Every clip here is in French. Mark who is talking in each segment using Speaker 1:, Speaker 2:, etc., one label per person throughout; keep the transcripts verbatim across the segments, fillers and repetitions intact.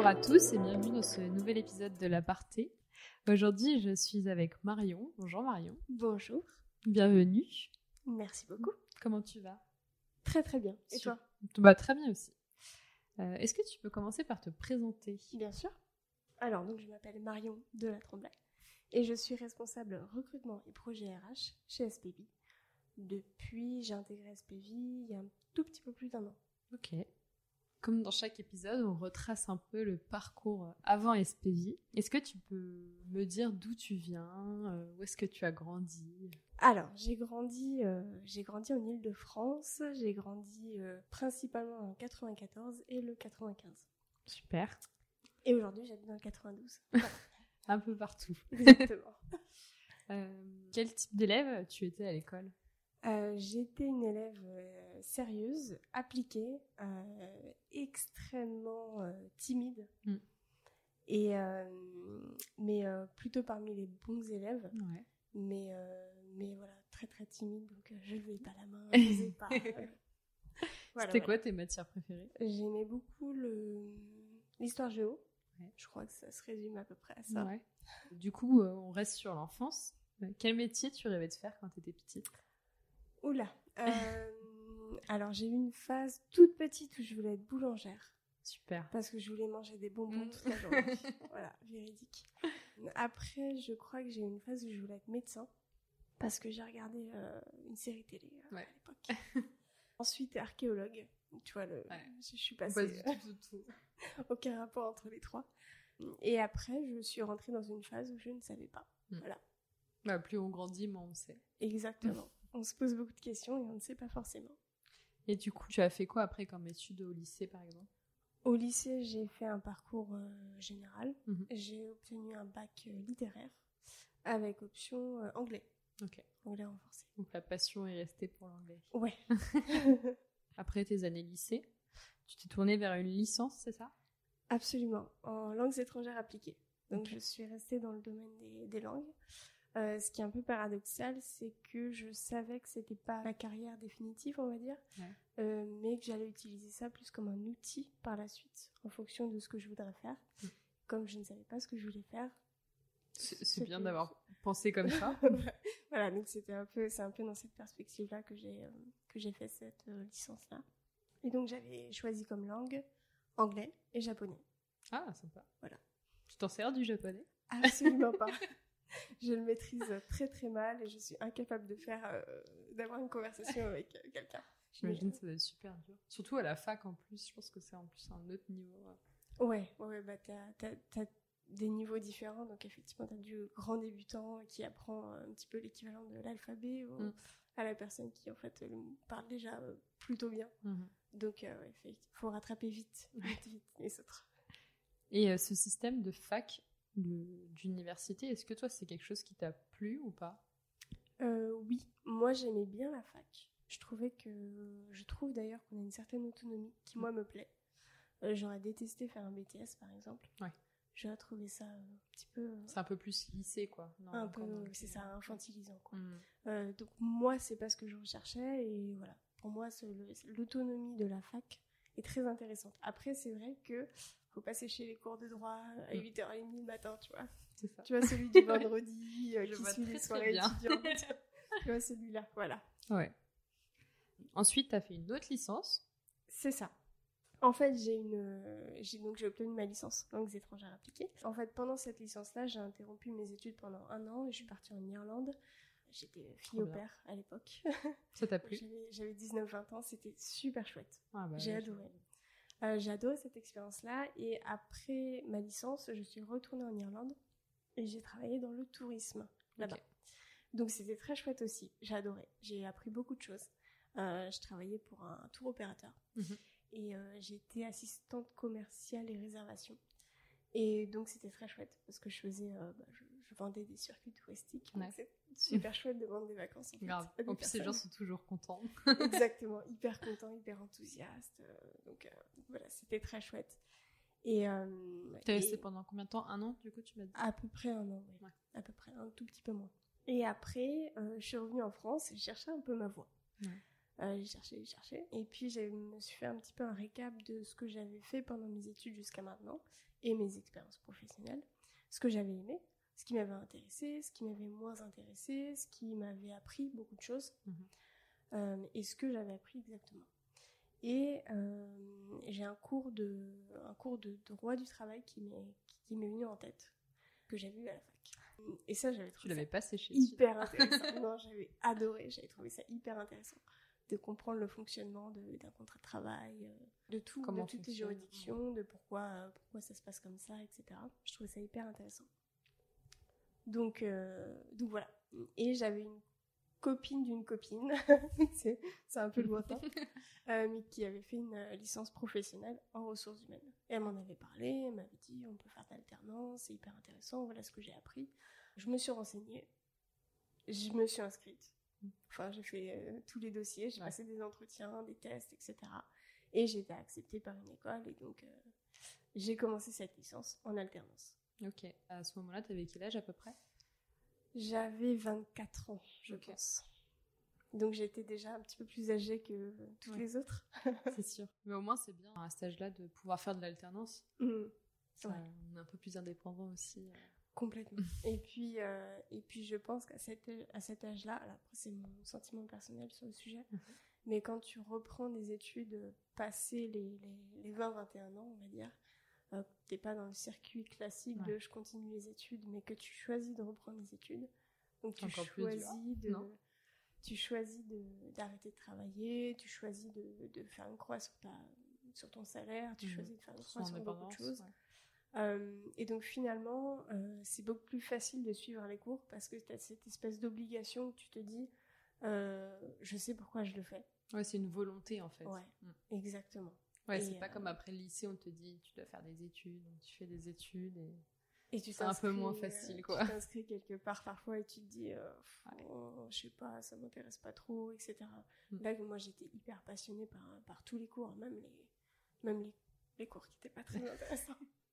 Speaker 1: à tous et bienvenue dans ce nouvel épisode de l'Aparté. Aujourd'hui, je suis avec Marion. Bonjour Marion.
Speaker 2: Bonjour.
Speaker 1: Bienvenue.
Speaker 2: Merci beaucoup.
Speaker 1: Comment tu vas ?
Speaker 2: Très très bien. Et toi ?
Speaker 1: Bah, très bien aussi. Euh, est-ce que tu peux commencer par te présenter ?
Speaker 2: Bien sûr. Alors, donc, je m'appelle Marion de la Tremblay et je suis responsable recrutement et projet R H chez S P V. Depuis, j'ai intégré S P V il y a un tout petit peu plus d'un an.
Speaker 1: Ok. Comme dans chaque épisode, on retrace un peu le parcours avant S P V. Est-ce que tu peux me dire d'où tu viens, euh, où est-ce que tu as grandi ?
Speaker 2: Alors, j'ai grandi, euh, j'ai grandi en Île-de-France, j'ai grandi euh, principalement en quatre-vingt-quatorze et le quatre-vingt-quinze.
Speaker 1: Super.
Speaker 2: Et aujourd'hui, j'habite dans le quatre-vingt-douze. Voilà.
Speaker 1: Un peu partout.
Speaker 2: Exactement.
Speaker 1: euh, quel type d'élève tu étais à l'école ?
Speaker 2: Euh, j'étais une élève euh, sérieuse, appliquée, euh, extrêmement euh, timide,
Speaker 1: mm.
Speaker 2: et, euh, mais euh, plutôt parmi les bons élèves,
Speaker 1: ouais.
Speaker 2: mais, euh, mais voilà, très très timide, donc euh, je ne levais pas la main, je n'osais pas. Euh,
Speaker 1: C'était
Speaker 2: voilà, voilà.
Speaker 1: quoi tes matières préférées ?
Speaker 2: J'aimais beaucoup le... l'histoire géo,
Speaker 1: ouais.
Speaker 2: Je crois que ça se résume à peu près à ça.
Speaker 1: Ouais. Du coup, euh, on reste sur l'enfance. Quel métier tu rêvais de faire quand tu étais petite ?
Speaker 2: Oula, euh, alors j'ai eu une phase toute petite où je voulais être boulangère.
Speaker 1: Super.
Speaker 2: Parce que je voulais manger des bonbons mmh. toute la journée. Voilà, véridique. Après, je crois que j'ai eu une phase où je voulais être médecin. Parce que j'ai regardé euh, une série télé euh, ouais. à l'époque. Ensuite, archéologue. Tu vois, le,
Speaker 1: ouais.
Speaker 2: je, je suis passée...
Speaker 1: Pas du tout, du tout.
Speaker 2: Aucun rapport entre les trois. Et après, je suis rentrée dans une phase où je ne savais pas. Mmh. Voilà.
Speaker 1: Bah, plus on grandit, moins on sait.
Speaker 2: Exactement. On se pose beaucoup de questions et on ne sait pas forcément.
Speaker 1: Et du coup, tu as fait quoi après comme études au lycée, par exemple ?
Speaker 2: Au lycée, j'ai fait un parcours euh, général.
Speaker 1: Mm-hmm.
Speaker 2: J'ai obtenu un bac euh, littéraire avec option euh, anglais.
Speaker 1: Ok.
Speaker 2: Anglais renforcé.
Speaker 1: Donc la passion est restée pour l'anglais.
Speaker 2: Ouais.
Speaker 1: Après tes années lycée, tu t'es tournée vers une licence, c'est ça ?
Speaker 2: Absolument, en langues étrangères appliquées. Donc
Speaker 1: okay.
Speaker 2: je suis restée dans le domaine des, des langues. Euh, ce qui est un peu paradoxal, c'est que je savais que c'était pas ma carrière définitive, on va dire,
Speaker 1: ouais.
Speaker 2: euh, mais que j'allais utiliser ça plus comme un outil par la suite, en fonction de ce que je voudrais faire. Mm. Comme je ne savais pas ce que je voulais faire.
Speaker 1: C'est, c'est bien d'avoir pensé comme ça.
Speaker 2: Voilà, donc c'était un peu, c'est un peu dans cette perspective-là que j'ai, euh, que j'ai fait cette euh, licence-là. Et donc j'avais choisi comme langue anglais et japonais.
Speaker 1: Ah, sympa.
Speaker 2: Voilà.
Speaker 1: Tu t'en sers du japonais ?
Speaker 2: Absolument pas. Je le maîtrise très très mal et je suis incapable de faire, euh, d'avoir une conversation avec euh, quelqu'un.
Speaker 1: J'imagine que ça doit être super dur. Surtout à la fac en plus, je pense que c'est en plus un autre niveau.
Speaker 2: Ouais, ouais, bah t'as, t'as, t'as des niveaux différents, donc effectivement t'as du grand débutant qui apprend un petit peu l'équivalent de l'alphabet ou mm. à la personne qui en fait parle déjà plutôt bien. Mm-hmm. Donc euh, ouais, il faut rattraper vite, vite, vite les autres.
Speaker 1: Et euh, ce système de fac, de, d'université, est-ce que toi c'est quelque chose qui t'a plu ou pas ?
Speaker 2: euh, Oui, moi j'aimais bien la fac. Je trouvais que, je trouve d'ailleurs qu'on a une certaine autonomie qui moi me plaît. Euh, j'aurais détesté faire un B T S par exemple.
Speaker 1: Ouais.
Speaker 2: J'aurais trouvé ça un petit peu...
Speaker 1: C'est un peu plus lycée quoi.
Speaker 2: Non, un peu, c'est ça, infantilisant quoi.
Speaker 1: Mm.
Speaker 2: Euh, donc moi c'est pas ce que je recherchais et voilà. Pour moi c'est le, l'autonomie de la fac est très intéressante. Après c'est vrai que faut pas sécher les cours de droit à huit heures trente le matin, tu vois.
Speaker 1: C'est ça.
Speaker 2: Tu vois celui du vendredi euh, qui suit les soirées
Speaker 1: bien.
Speaker 2: étudiantes. Tu vois celui-là, voilà.
Speaker 1: Ouais. Ensuite, tu as fait une autre licence.
Speaker 2: C'est ça. En fait, j'ai une, j'ai donc j'ai obtenu ma licence langues étrangères appliquées. En fait, pendant cette licence-là, j'ai interrompu mes études pendant un an et je suis partie en Irlande. J'étais fille au père à l'époque.
Speaker 1: Ça t'a plu ?
Speaker 2: J'avais, j'avais dix-neuf vingt ans, c'était super chouette.
Speaker 1: Ah bah,
Speaker 2: j'ai
Speaker 1: ouais,
Speaker 2: adoré. Euh, j'ai adoré cette expérience-là et après ma licence, je suis retournée en Irlande et j'ai travaillé dans le tourisme là-bas. Okay. Donc c'était très chouette aussi, j'ai adoré. J'ai appris beaucoup de choses. Euh, je travaillais pour un, un tour opérateur mm-hmm. et euh, j'étais assistante commerciale et réservation. Et donc c'était très chouette parce que je faisais, euh, bah, je, je vendais des circuits touristiques.
Speaker 1: Ouais.
Speaker 2: Donc c'est super chouette de vendre des vacances. En fait,
Speaker 1: grave. En plus, ces gens sont toujours contents.
Speaker 2: Exactement, hyper contents, hyper enthousiastes. Euh, donc euh, voilà, c'était très chouette. Et euh,
Speaker 1: t'es restée pendant combien de temps ? Un an, du coup, tu m'as dit ?
Speaker 2: À peu près un an, oui. Ouais. À peu près, un tout petit peu moins. Et après, euh, je suis revenue en France et je cherchais un peu ma voie. Ouais. Euh, j'ai cherché, j'ai cherché. Et puis, je me suis fait un petit peu un récap de ce que j'avais fait pendant mes études jusqu'à maintenant et mes expériences professionnelles. Ce que j'avais aimé, ce qui m'avait intéressé, ce qui m'avait moins intéressé, ce qui m'avait appris beaucoup de choses mmh. euh, et ce que j'avais appris exactement. Et euh, j'ai un cours de, un cours de droit du travail qui m'est, qui m'est venu en tête, que j'avais eu à la fac. Et ça, j'avais trouvé
Speaker 1: tu l'avais pas séché
Speaker 2: hyper intéressant. Non, j'avais adoré, j'avais trouvé ça hyper intéressant de comprendre le fonctionnement de, d'un contrat de travail, euh, de, tout, de toutes les juridictions, de pourquoi, euh, pourquoi ça se passe comme ça, et cetera. Je trouvais ça hyper intéressant. Donc, euh, donc voilà. Et j'avais une copine d'une copine, c'est, c'est un peu lointain, euh, mais qui avait fait une euh, licence professionnelle en ressources humaines. Et elle m'en avait parlé, elle m'avait dit on peut faire de l'alternance, c'est hyper intéressant, voilà ce que j'ai appris. Je me suis renseignée, je me suis inscrite. Enfin, j'ai fait euh, tous les dossiers, j'ai ouais. passé des entretiens, des tests, et cetera. Et j'ai été acceptée par une école, et donc euh, j'ai commencé cette licence en alternance.
Speaker 1: Ok. À ce moment-là, tu avais quel âge à peu près ?
Speaker 2: J'avais vingt-quatre ans, je okay. pense. Donc j'étais déjà un petit peu plus âgée que toutes ouais. les autres.
Speaker 1: C'est sûr. Mais au moins, c'est bien à cet âge-là de pouvoir faire de l'alternance. Mmh. Ça, ouais. On est un peu plus indépendant aussi.
Speaker 2: Complètement. et, puis, euh, et puis je pense qu'à cet, à cet âge-là, alors après c'est mon sentiment personnel sur le sujet, mmh. mais quand tu reprends des études passées les, les, les vingt vingt et un ans, on va dire, euh, t'es pas dans le circuit classique ouais. de je continue les études, mais que tu choisis de reprendre les études. Donc tu Encore choisis de, tu choisis de, d'arrêter de travailler, tu choisis de, de faire une croix sur, ta, sur ton salaire, tu mmh. choisis de faire une croix sur beaucoup de choses. Ouais. Euh, et donc finalement, euh, c'est beaucoup plus facile de suivre les cours parce que tu as cette espèce d'obligation où tu te dis euh, je sais pourquoi je le fais.
Speaker 1: Ouais, c'est une volonté en fait.
Speaker 2: Ouais, mmh. exactement.
Speaker 1: Ouais,
Speaker 2: et
Speaker 1: c'est
Speaker 2: euh,
Speaker 1: pas comme après le lycée, on te dit tu dois faire des études, donc tu fais des études et,
Speaker 2: et tu
Speaker 1: c'est un peu moins facile quoi.
Speaker 2: Tu t'inscris quelque part parfois et tu te dis euh, ouais. oh, je sais pas, ça m'intéresse pas trop, et cetera. Mm. Là, moi j'étais hyper passionnée par, par tous les cours, même les, même les, les cours qui étaient pas très intéressants.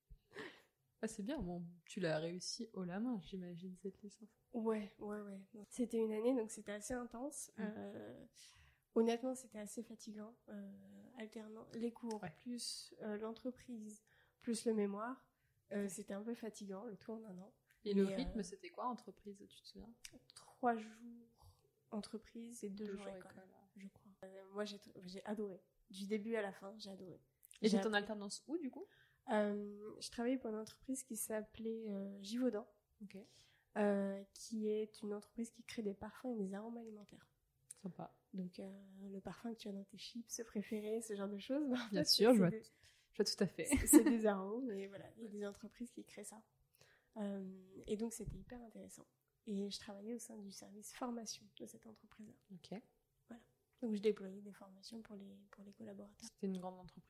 Speaker 1: Ah, c'est bien, bon, tu l'as réussi haut la main, j'imagine, cette licence.
Speaker 2: Ouais, ouais, ouais. C'était une année, donc c'était assez intense. Mm. Euh, honnêtement, c'était assez fatigant. Euh, alternant les cours, ouais. plus euh, l'entreprise, plus le mémoire. Euh, c'était un peu fatigant, le tout en un an.
Speaker 1: Et Mais le rythme, euh, c'était quoi, entreprise, tu te souviens ?
Speaker 2: Trois jours entreprise et deux, deux jours, jours école, école, je crois. Euh, moi, j'ai, j'ai adoré. Du début à la fin, j'ai adoré.
Speaker 1: Et t'étais en alternance où, du coup ?
Speaker 2: euh, Je travaillais pour une entreprise qui s'appelait euh, Givaudan,
Speaker 1: okay.
Speaker 2: euh, qui est une entreprise qui crée des parfums et des arômes alimentaires.
Speaker 1: Sympa.
Speaker 2: Donc, euh, le parfum que tu as dans tes chips préférés, ce genre de choses.
Speaker 1: Bien fait, sûr, je vois, des... je vois tout à fait.
Speaker 2: C'est, c'est des arômes, mais voilà, il y a des entreprises qui créent ça. Euh, et donc, c'était hyper intéressant. Et je travaillais au sein du service formation de cette entreprise-là.
Speaker 1: Ok.
Speaker 2: Voilà. Donc, je déployais des formations pour les, pour les collaborateurs.
Speaker 1: C'était une grande entreprise ?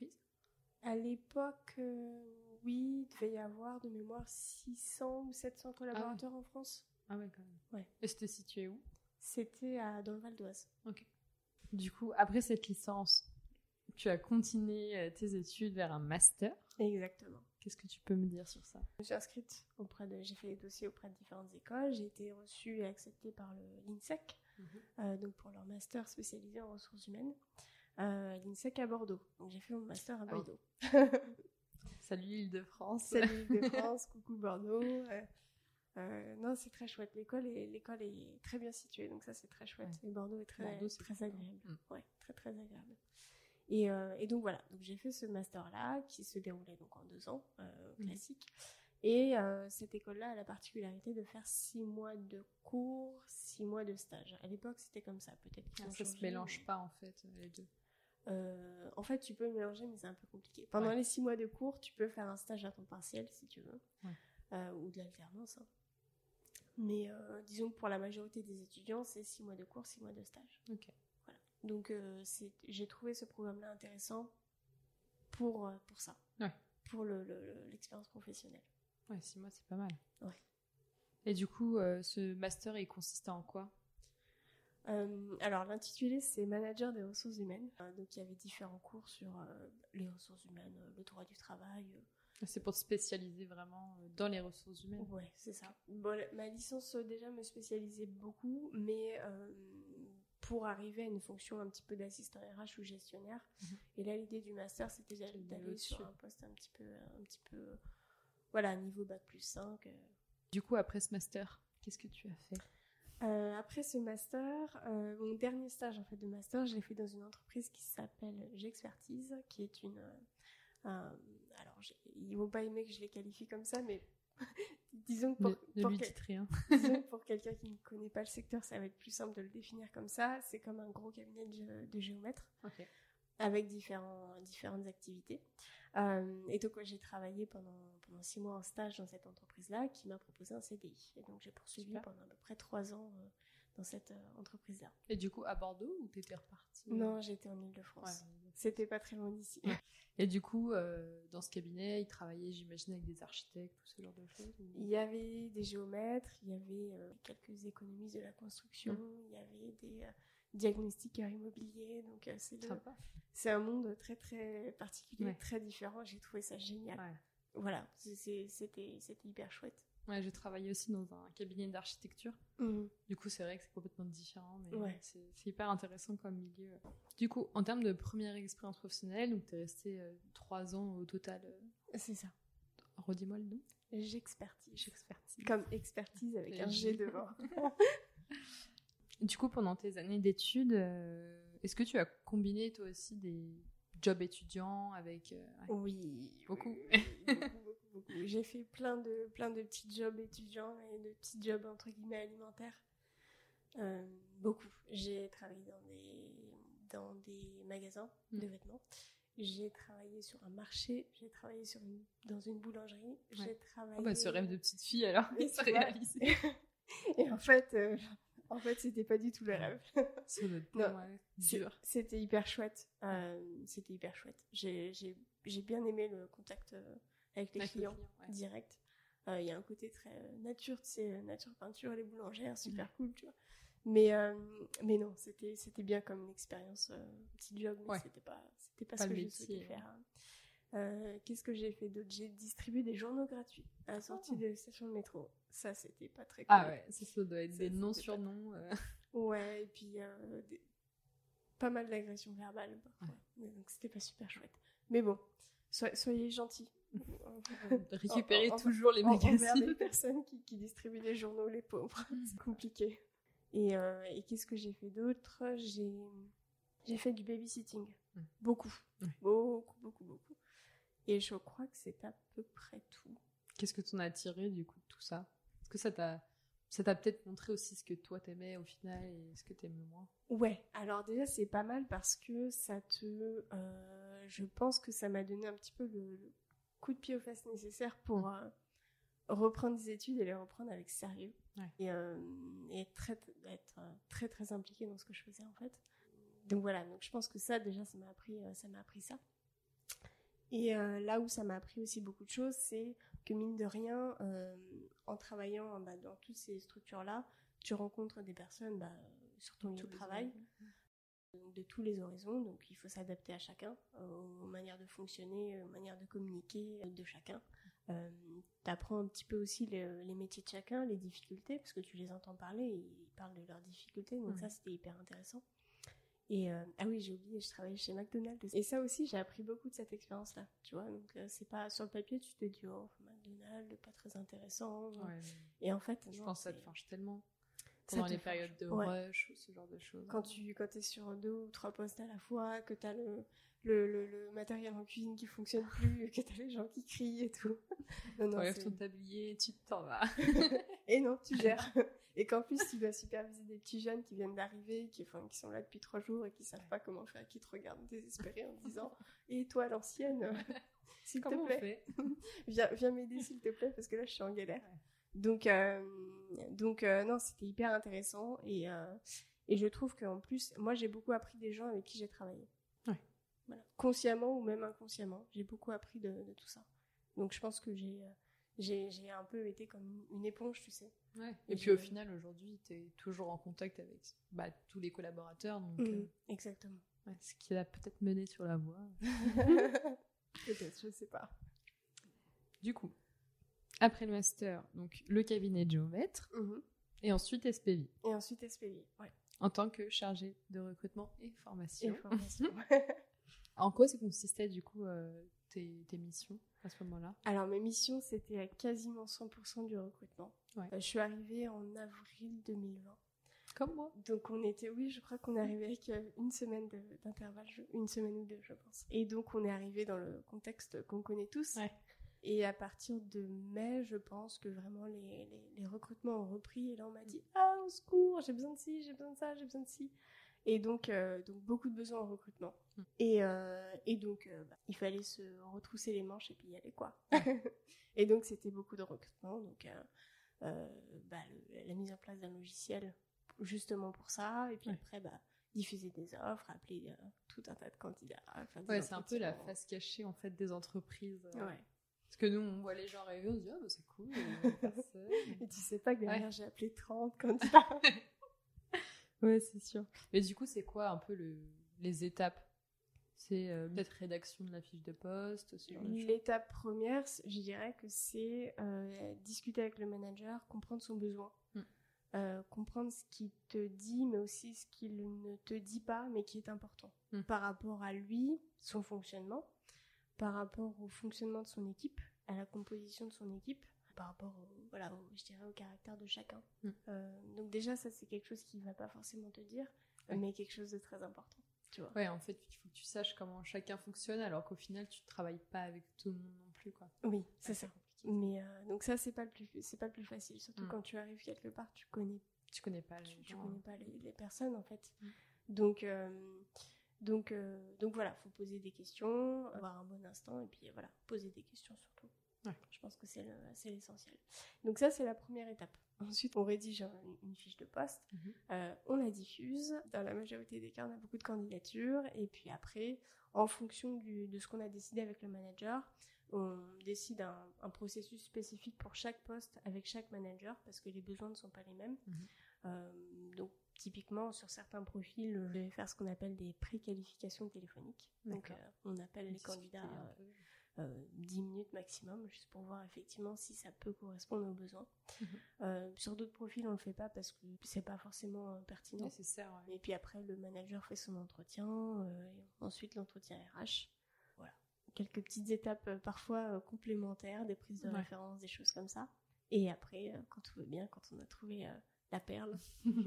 Speaker 2: À l'époque, euh, oui, il devait y avoir de mémoire six cents ou sept cents collaborateurs ah ouais. en France.
Speaker 1: Ah ouais, quand même.
Speaker 2: Ouais.
Speaker 1: Et c'était situé où ?
Speaker 2: C'était à, dans le Val d'Oise.
Speaker 1: Ok. Du coup, après cette licence, tu as continué tes études vers un master.
Speaker 2: Exactement.
Speaker 1: Qu'est-ce que tu peux me dire sur ça ?
Speaker 2: Je me suis inscrite auprès de, j'ai fait les dossiers auprès de différentes écoles. J'ai été reçue et acceptée par le, l'INSEC, mm-hmm. euh, donc pour leur master spécialisé en ressources humaines. Euh, L'INSEC à Bordeaux. Donc j'ai fait mon master à Bordeaux.
Speaker 1: Ah oui. Salut Île-de-France.
Speaker 2: Salut Île-de-France, coucou Bordeaux. Euh, euh, non, c'est très chouette. L'école est, l'école est très bien située, donc ça c'est très chouette. Ouais. Et Bordeaux est très, Bordeaux, très agréable. Mm. Ouais, très très agréable. Et, euh, et donc voilà, donc j'ai fait ce master-là qui se déroulait donc en deux ans, euh, classique. Mmh. Et euh, cette école-là a la particularité de faire six mois de cours, six mois de stage. À l'époque, c'était comme ça, peut-être qu'ils
Speaker 1: ah,
Speaker 2: ont
Speaker 1: ça
Speaker 2: changé.
Speaker 1: Se mélange pas en fait les deux.
Speaker 2: Euh, en fait, tu peux le mélanger, mais c'est un peu compliqué. Pendant ouais. les six mois de cours, tu peux faire un stage à temps partiel si tu veux, ouais. euh, ou de l'alternance. Hein. Mais euh, disons que pour la majorité des étudiants, c'est six mois de cours, six mois de stage.
Speaker 1: Ok.
Speaker 2: Donc, euh, c'est, j'ai trouvé ce programme-là intéressant pour, euh, pour ça,
Speaker 1: ouais.
Speaker 2: pour le, le, l'expérience professionnelle.
Speaker 1: Ouais, six mois, c'est pas mal.
Speaker 2: Ouais.
Speaker 1: Et du coup, euh, ce master, il consistait en quoi ?
Speaker 2: euh, Alors, l'intitulé, c'est Manager des ressources humaines. Euh, donc, il y avait différents cours sur euh, les ressources humaines, le droit du travail. Euh.
Speaker 1: C'est pour te spécialiser vraiment dans les ressources humaines ?
Speaker 2: Ouais, c'est ça. Bon, ma licence, déjà, me spécialisait beaucoup, mais... Euh, pour arriver à une fonction un petit peu d'assistant R H ou gestionnaire. Mm-hmm. Et là, l'idée du master, c'était d'aller, d'aller sur un poste un petit peu, un petit peu, voilà, niveau bac plus cinq.
Speaker 1: Du coup, après ce master, qu'est-ce que tu as fait ?
Speaker 2: Euh, après ce master, euh, mon dernier stage en fait de master, je l'ai fait dans une entreprise qui s'appelle J'Expertise, qui est une, euh, un, alors j'ai, ils vont pas aimer que je les qualifie comme ça, mais disons que pour,
Speaker 1: ne,
Speaker 2: pour,
Speaker 1: ne
Speaker 2: quel,
Speaker 1: rien.
Speaker 2: disons que pour quelqu'un qui ne connaît pas le secteur, ça va être plus simple de le définir comme ça. C'est comme un gros cabinet de, de géomètres,
Speaker 1: okay.
Speaker 2: avec différents, différentes activités. Euh, et donc, j'ai travaillé pendant, pendant six mois en stage dans cette entreprise-là qui m'a proposé un C D I. Et donc, j'ai poursuivi Super. pendant à peu près trois ans euh, dans cette euh, entreprise-là.
Speaker 1: Et du coup, à Bordeaux ou t'étais repartie ?
Speaker 2: Non, j'étais en Ile-de-France. Ouais. C'était pas très loin d'ici.
Speaker 1: Ouais. Et du coup, euh, dans ce cabinet, il travaillait, j'imagine, avec des architectes, tout ce genre de choses ou...
Speaker 2: Il y avait des géomètres, il y avait euh, quelques économistes de la construction, mmh. il y avait des... Euh, diagnostiqueur immobilier, donc euh, c'est, le, c'est un monde très très particulier, ouais. très différent, j'ai trouvé ça génial. Ouais. Voilà, c'est, c'est, c'était, c'était hyper chouette.
Speaker 1: Ouais, j'ai travaillé aussi dans un cabinet d'architecture, mmh. du coup c'est vrai que c'est complètement différent, mais ouais. c'est, c'est hyper intéressant comme milieu. Du coup, en termes de première expérience professionnelle, donc t'es resté euh, trois ans au total. Euh...
Speaker 2: C'est ça.
Speaker 1: Redis-moi le nom.
Speaker 2: J'expertise.
Speaker 1: J'expertise.
Speaker 2: Comme expertise avec un G devant.
Speaker 1: Du coup, pendant tes années d'études, euh, est-ce que tu as combiné toi aussi des jobs étudiants avec... Euh,
Speaker 2: ouais. Oui.
Speaker 1: Beaucoup.
Speaker 2: Oui, oui, beaucoup, beaucoup, beaucoup. J'ai fait plein de, plein de petits jobs étudiants et de petits jobs entre guillemets alimentaires. Euh, beaucoup. J'ai travaillé dans des, dans des magasins mmh. de vêtements. J'ai travaillé sur un marché. J'ai travaillé sur une, dans une boulangerie. Ouais. J'ai travaillé...
Speaker 1: Oh bah, ce rêve de petite fille, alors, il s'est réalisé.
Speaker 2: Et en fait... Euh, En fait, c'était pas du tout le rêve.
Speaker 1: C'est le temps, non, ouais, dur.
Speaker 2: C'était hyper chouette. Euh, c'était hyper chouette. J'ai, j'ai, j'ai bien aimé le contact euh, avec les avec clients, clients ouais. direct. Il euh, y a un côté très euh, nature, tu sais, nature peinture, les boulangères, super mmh. cool, tu vois. Mais, euh, mais non, c'était, c'était bien comme une expérience, euh, petit job, mais ouais. c'était pas, c'était pas, pas ce que je souhaitais faire. Hein. Euh, qu'est-ce que j'ai fait d'autre ? J'ai distribué des journaux gratuits à la sortie oh. de la station de métro. Ça, c'était pas très cool.
Speaker 1: Ah ouais, ça, ça doit être ça, des noms-surnoms. Pas... Euh...
Speaker 2: Ouais, et puis euh, des... pas mal d'agressions verbales parfois. Ouais. Donc, c'était pas super chouette. Mais bon, so- soyez gentils.
Speaker 1: Récupérez
Speaker 2: en, en,
Speaker 1: toujours
Speaker 2: en,
Speaker 1: les magazines.
Speaker 2: Envers des personnes qui, qui distribuent les journaux, les pauvres. C'est compliqué. Et, euh, et qu'est-ce que j'ai fait d'autre ? J'ai, j'ai fait du babysitting. Mm. Beaucoup. Mm. Beaucoup, beaucoup, beaucoup. Et je crois que c'est à peu près tout.
Speaker 1: Qu'est-ce que tu en as tiré du coup de tout ça ? Est-ce que ça t'a, ça t'a peut-être montré aussi ce que toi t'aimais au final et ce que t'aimais moins ?
Speaker 2: Ouais, alors déjà c'est pas mal parce que ça te... Euh, je pense que ça m'a donné un petit peu le, le coup de pied aux fesses nécessaire pour mmh. euh, reprendre des études et les reprendre avec sérieux. Ouais. Et, euh, et être, très, être très très impliquée dans ce que je faisais en fait. Donc voilà, donc je pense que ça déjà ça m'a appris, euh, ça m'a appris ça. Et euh, là où ça m'a appris aussi beaucoup de choses, c'est que mine de rien, euh, en travaillant bah, dans toutes ces structures-là, tu rencontres des personnes bah, sur ton lieu de travail, donc de tous les horizons, donc il faut s'adapter à chacun, euh, aux manières de fonctionner, aux manières de communiquer de chacun. Euh, tu apprends un petit peu aussi les, les métiers de chacun, les difficultés, parce que tu les entends parler, ils parlent de leurs difficultés, donc mmh. ça c'était hyper intéressant. Et euh, ah oui, j'ai oublié, je travaillais chez McDonald's. Et ça aussi, j'ai appris beaucoup de cette expérience-là, tu vois. Donc euh, c'est pas sur le papier, tu te dis oh McDonald's, pas très intéressant.
Speaker 1: Ouais,
Speaker 2: et en fait,
Speaker 1: je
Speaker 2: non,
Speaker 1: pense que ça te forge tellement pendant les périodes de
Speaker 2: ouais.
Speaker 1: rush ou ce genre de choses.
Speaker 2: Quand tu quand t'es sur deux ou trois postes à la fois, que t'as le le, le le matériel en cuisine qui fonctionne plus, que t'as les gens qui crient et tout.
Speaker 1: Non, non, enlève ton tablier, tu t'en vas.
Speaker 2: Et non, tu gères. Et qu'en plus, tu dois superviser des petits jeunes qui viennent d'arriver, qui, enfin, qui sont là depuis trois jours et qui savent pas comment faire, qui te regardent désespérés en disant « Et toi, l'ancienne, s'il
Speaker 1: comment
Speaker 2: te plaît, viens, viens m'aider s'il te plaît, parce que là, je suis en galère. Ouais. » Donc, euh, donc euh, non, c'était hyper intéressant. Et, euh, et je trouve qu'en plus, moi, j'ai beaucoup appris des gens avec qui j'ai travaillé.
Speaker 1: Ouais.
Speaker 2: Voilà. Consciemment ou même inconsciemment, j'ai beaucoup appris de, de tout ça. Donc, je pense que j'ai... Euh, J'ai, j'ai un peu été comme une éponge, tu sais.
Speaker 1: Ouais. Et, et puis au final, aujourd'hui, tu es toujours en contact avec bah, tous les collaborateurs. Donc, mmh,
Speaker 2: euh, exactement.
Speaker 1: Ouais, ce qui l'a peut-être mené sur la voie.
Speaker 2: Peut-être, je sais pas.
Speaker 1: Du coup, après le master, donc le cabinet de géomètre, mmh. et ensuite S P V.
Speaker 2: Et ensuite S P V, ouais.
Speaker 1: En tant que chargée de recrutement et formation.
Speaker 2: Et formation.
Speaker 1: En quoi ça consistait du coup euh, tes, tes missions à ce moment-là?
Speaker 2: Alors mes missions, c'était à quasiment cent pour cent du recrutement.
Speaker 1: Ouais.
Speaker 2: Euh, je suis arrivée en avril deux mille vingt.
Speaker 1: Comme moi.
Speaker 2: Donc on était, oui, je crois qu'on est arrivé avec une semaine de, d'intervalle, une semaine ou deux, je pense. Et donc on est arrivé dans le contexte qu'on connaît tous.
Speaker 1: Ouais.
Speaker 2: Et à partir de mai, je pense que vraiment les, les, les recrutements ont repris. Et là, on m'a dit « Ah, au secours, j'ai besoin de ci, j'ai besoin de ça, j'ai besoin de ci. » Et donc, euh, donc, beaucoup de besoins en recrutement. Mm. Et, euh, et donc, euh, bah, il fallait se retrousser les manches et puis y aller, quoi. Et donc, c'était beaucoup de recrutement. Donc, euh, euh, bah, le, la mise en place d'un logiciel justement pour ça. Et puis ouais. après, bah, diffuser des offres, appeler euh, tout un tas de candidats.
Speaker 1: Ouais, c'est un peu la face cachée, en fait, des entreprises. Euh...
Speaker 2: Ouais.
Speaker 1: Parce que nous, on voit les gens rêver, on se dit « Ah, bah, c'est cool. »
Speaker 2: Et tu sais pas que derrière, ouais. j'ai appelé trente candidats.
Speaker 1: Ouais, c'est sûr. Mais du coup, c'est quoi un peu le, les étapes? C'est euh, peut-être rédaction de la fiche de poste?
Speaker 2: L'étape première, je dirais que c'est euh, discuter avec le manager, comprendre son besoin. Mm. Euh, comprendre ce qu'il te dit, mais aussi ce qu'il ne te dit pas, mais qui est important. Mm. Par rapport à lui, son fonctionnement, par rapport au fonctionnement de son équipe, à la composition de son équipe, par rapport au, voilà, au, je dirais, au caractère de chacun. Mm. Euh, donc déjà, ça, c'est quelque chose qu'il ne va pas forcément te dire, ouais. mais quelque chose de très important. Tu vois.
Speaker 1: Ouais, en fait, il faut que tu saches comment chacun fonctionne, alors qu'au final, tu ne travailles pas avec tout le monde non plus, quoi.
Speaker 2: Oui, c'est ouais, ça. C'est mais euh, donc ça, c'est pas le plus, c'est pas le plus facile. Surtout mm. quand tu arrives quelque part, tu connais,
Speaker 1: tu connais pas les
Speaker 2: tu,
Speaker 1: gens.
Speaker 2: Tu connais pas les, les personnes, en fait. Mm. Donc... Euh, Donc, euh, donc voilà, il faut poser des questions, avoir un bon instant, et puis voilà, poser des questions surtout. Ouais. Je pense que c'est, le, c'est l'essentiel. Donc ça, c'est la première étape. Ensuite, on rédige un, une fiche de poste, mm-hmm. euh, on la diffuse. Dans la majorité des cas, on a beaucoup de candidatures, et puis après, en fonction du, de ce qu'on a décidé avec le manager, on décide un, un processus spécifique pour chaque poste avec chaque manager, parce que les besoins ne sont pas les mêmes. Mm-hmm. Euh, donc, typiquement, sur certains profils, je vais faire ce qu'on appelle des pré-qualifications téléphoniques. Donc, euh, on appelle les candidats euh, euh, dix minutes maximum, juste pour voir effectivement si ça peut correspondre aux besoins. Mm-hmm. Euh, sur d'autres profils, on ne le fait pas parce que c'est pas forcément euh, pertinent.
Speaker 1: Nécessaire, ouais.
Speaker 2: Et puis après, le manager fait son entretien, euh, et ensuite l'entretien R H. Voilà. Quelques petites étapes euh, parfois euh, complémentaires, des prises de ouais. référence, des choses comme ça. Et après, euh, quand tout va bien, quand on a trouvé... Euh, la perle,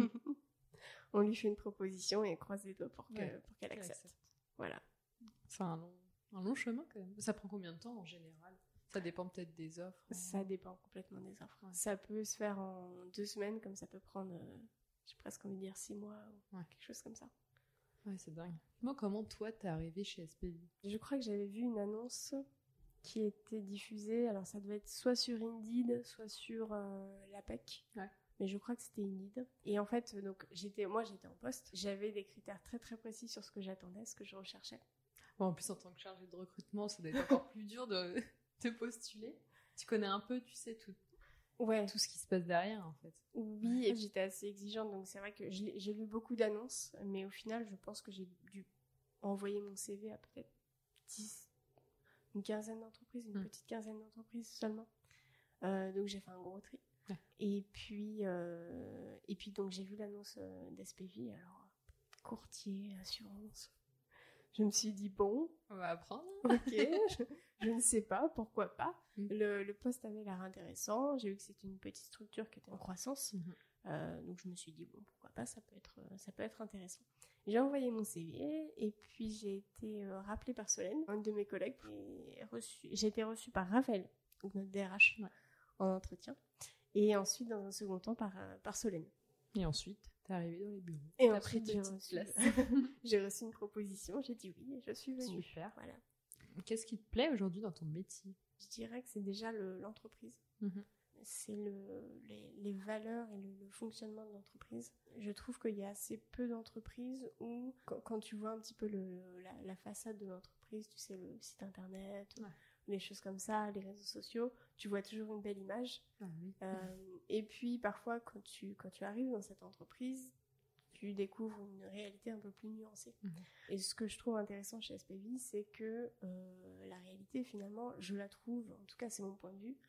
Speaker 2: on lui fait une proposition et on croise les doigts pour, que, ouais, pour qu'elle accepte. accepte. Voilà.
Speaker 1: C'est un long, un long chemin quand même. Ça prend combien de temps en général? Ça dépend peut-être des offres. Hein.
Speaker 2: Ça dépend complètement des offres. Ouais. Ça peut se faire en deux semaines, comme ça peut prendre, euh, j'ai presque envie de dire six mois ou ouais. quelque chose comme ça.
Speaker 1: Ouais, c'est dingue. Moi, comment toi t'es arrivée chez S P V?
Speaker 2: Je crois que j'avais vu une annonce qui était diffusée. Alors ça devait être soit sur Indeed, soit sur euh, l'A P E C. Ouais. Mais je crois que c'était Indeed. Et en fait, donc, j'étais, moi, j'étais en poste. J'avais des critères très, très précis sur ce que j'attendais, ce que je recherchais.
Speaker 1: Bon, en plus, en tant que chargée de recrutement, ça doit être encore plus dur de, de postuler. Tu connais un peu, tu sais, tout,
Speaker 2: ouais.
Speaker 1: tout ce qui se passe derrière, en fait.
Speaker 2: Oui, et j'étais assez exigeante. Donc, c'est vrai que j'ai, j'ai lu beaucoup d'annonces. Mais au final, je pense que j'ai dû envoyer mon C V à peut-être dix, une quinzaine d'entreprises, une mmh. petite quinzaine d'entreprises seulement. Euh, donc, j'ai fait un gros tri. Ouais. Et puis, euh, et puis donc j'ai vu l'annonce euh, d'S P V, alors courtier, assurance. Je me suis dit bon,
Speaker 1: on va apprendre.
Speaker 2: Ok, je, je ne sais pas, pourquoi pas. Mm. Le, le poste avait l'air intéressant. J'ai vu que c'était une petite structure qui était en croissance, mm-hmm. euh, donc je me suis dit bon, pourquoi pas, ça peut être, ça peut être intéressant. J'ai envoyé mon C V et puis j'ai été euh, rappelée par Solène, une de mes collègues, et reçu, j'ai été reçue par Raphaël, donc notre D R H, ouais. en entretien. Et ensuite, dans un second temps, par, euh, par Solène.
Speaker 1: Et ensuite, t'es arrivée dans les bureaux.
Speaker 2: Et ensuite, j'ai reçu, j'ai reçu une proposition, j'ai dit oui, et je suis venue.
Speaker 1: Super. Voilà. Qu'est-ce qui te plaît aujourd'hui dans ton métier?
Speaker 2: Je dirais que c'est déjà le, l'entreprise. Mm-hmm. C'est le, les, les valeurs et le, le fonctionnement de l'entreprise. Je trouve qu'il y a assez peu d'entreprises où, quand, quand tu vois un petit peu le, la, la façade de l'entreprise, tu sais, le site internet... Ouais. Les choses comme ça, les réseaux sociaux, tu vois toujours une belle image. Ah oui. euh, et puis, parfois, quand tu, quand tu arrives dans cette entreprise, tu découvres une réalité un peu plus nuancée. Mmh. Et ce que je trouve intéressant chez S P V, c'est que euh, la réalité, finalement, je la trouve, en tout cas, c'est mon point de vue,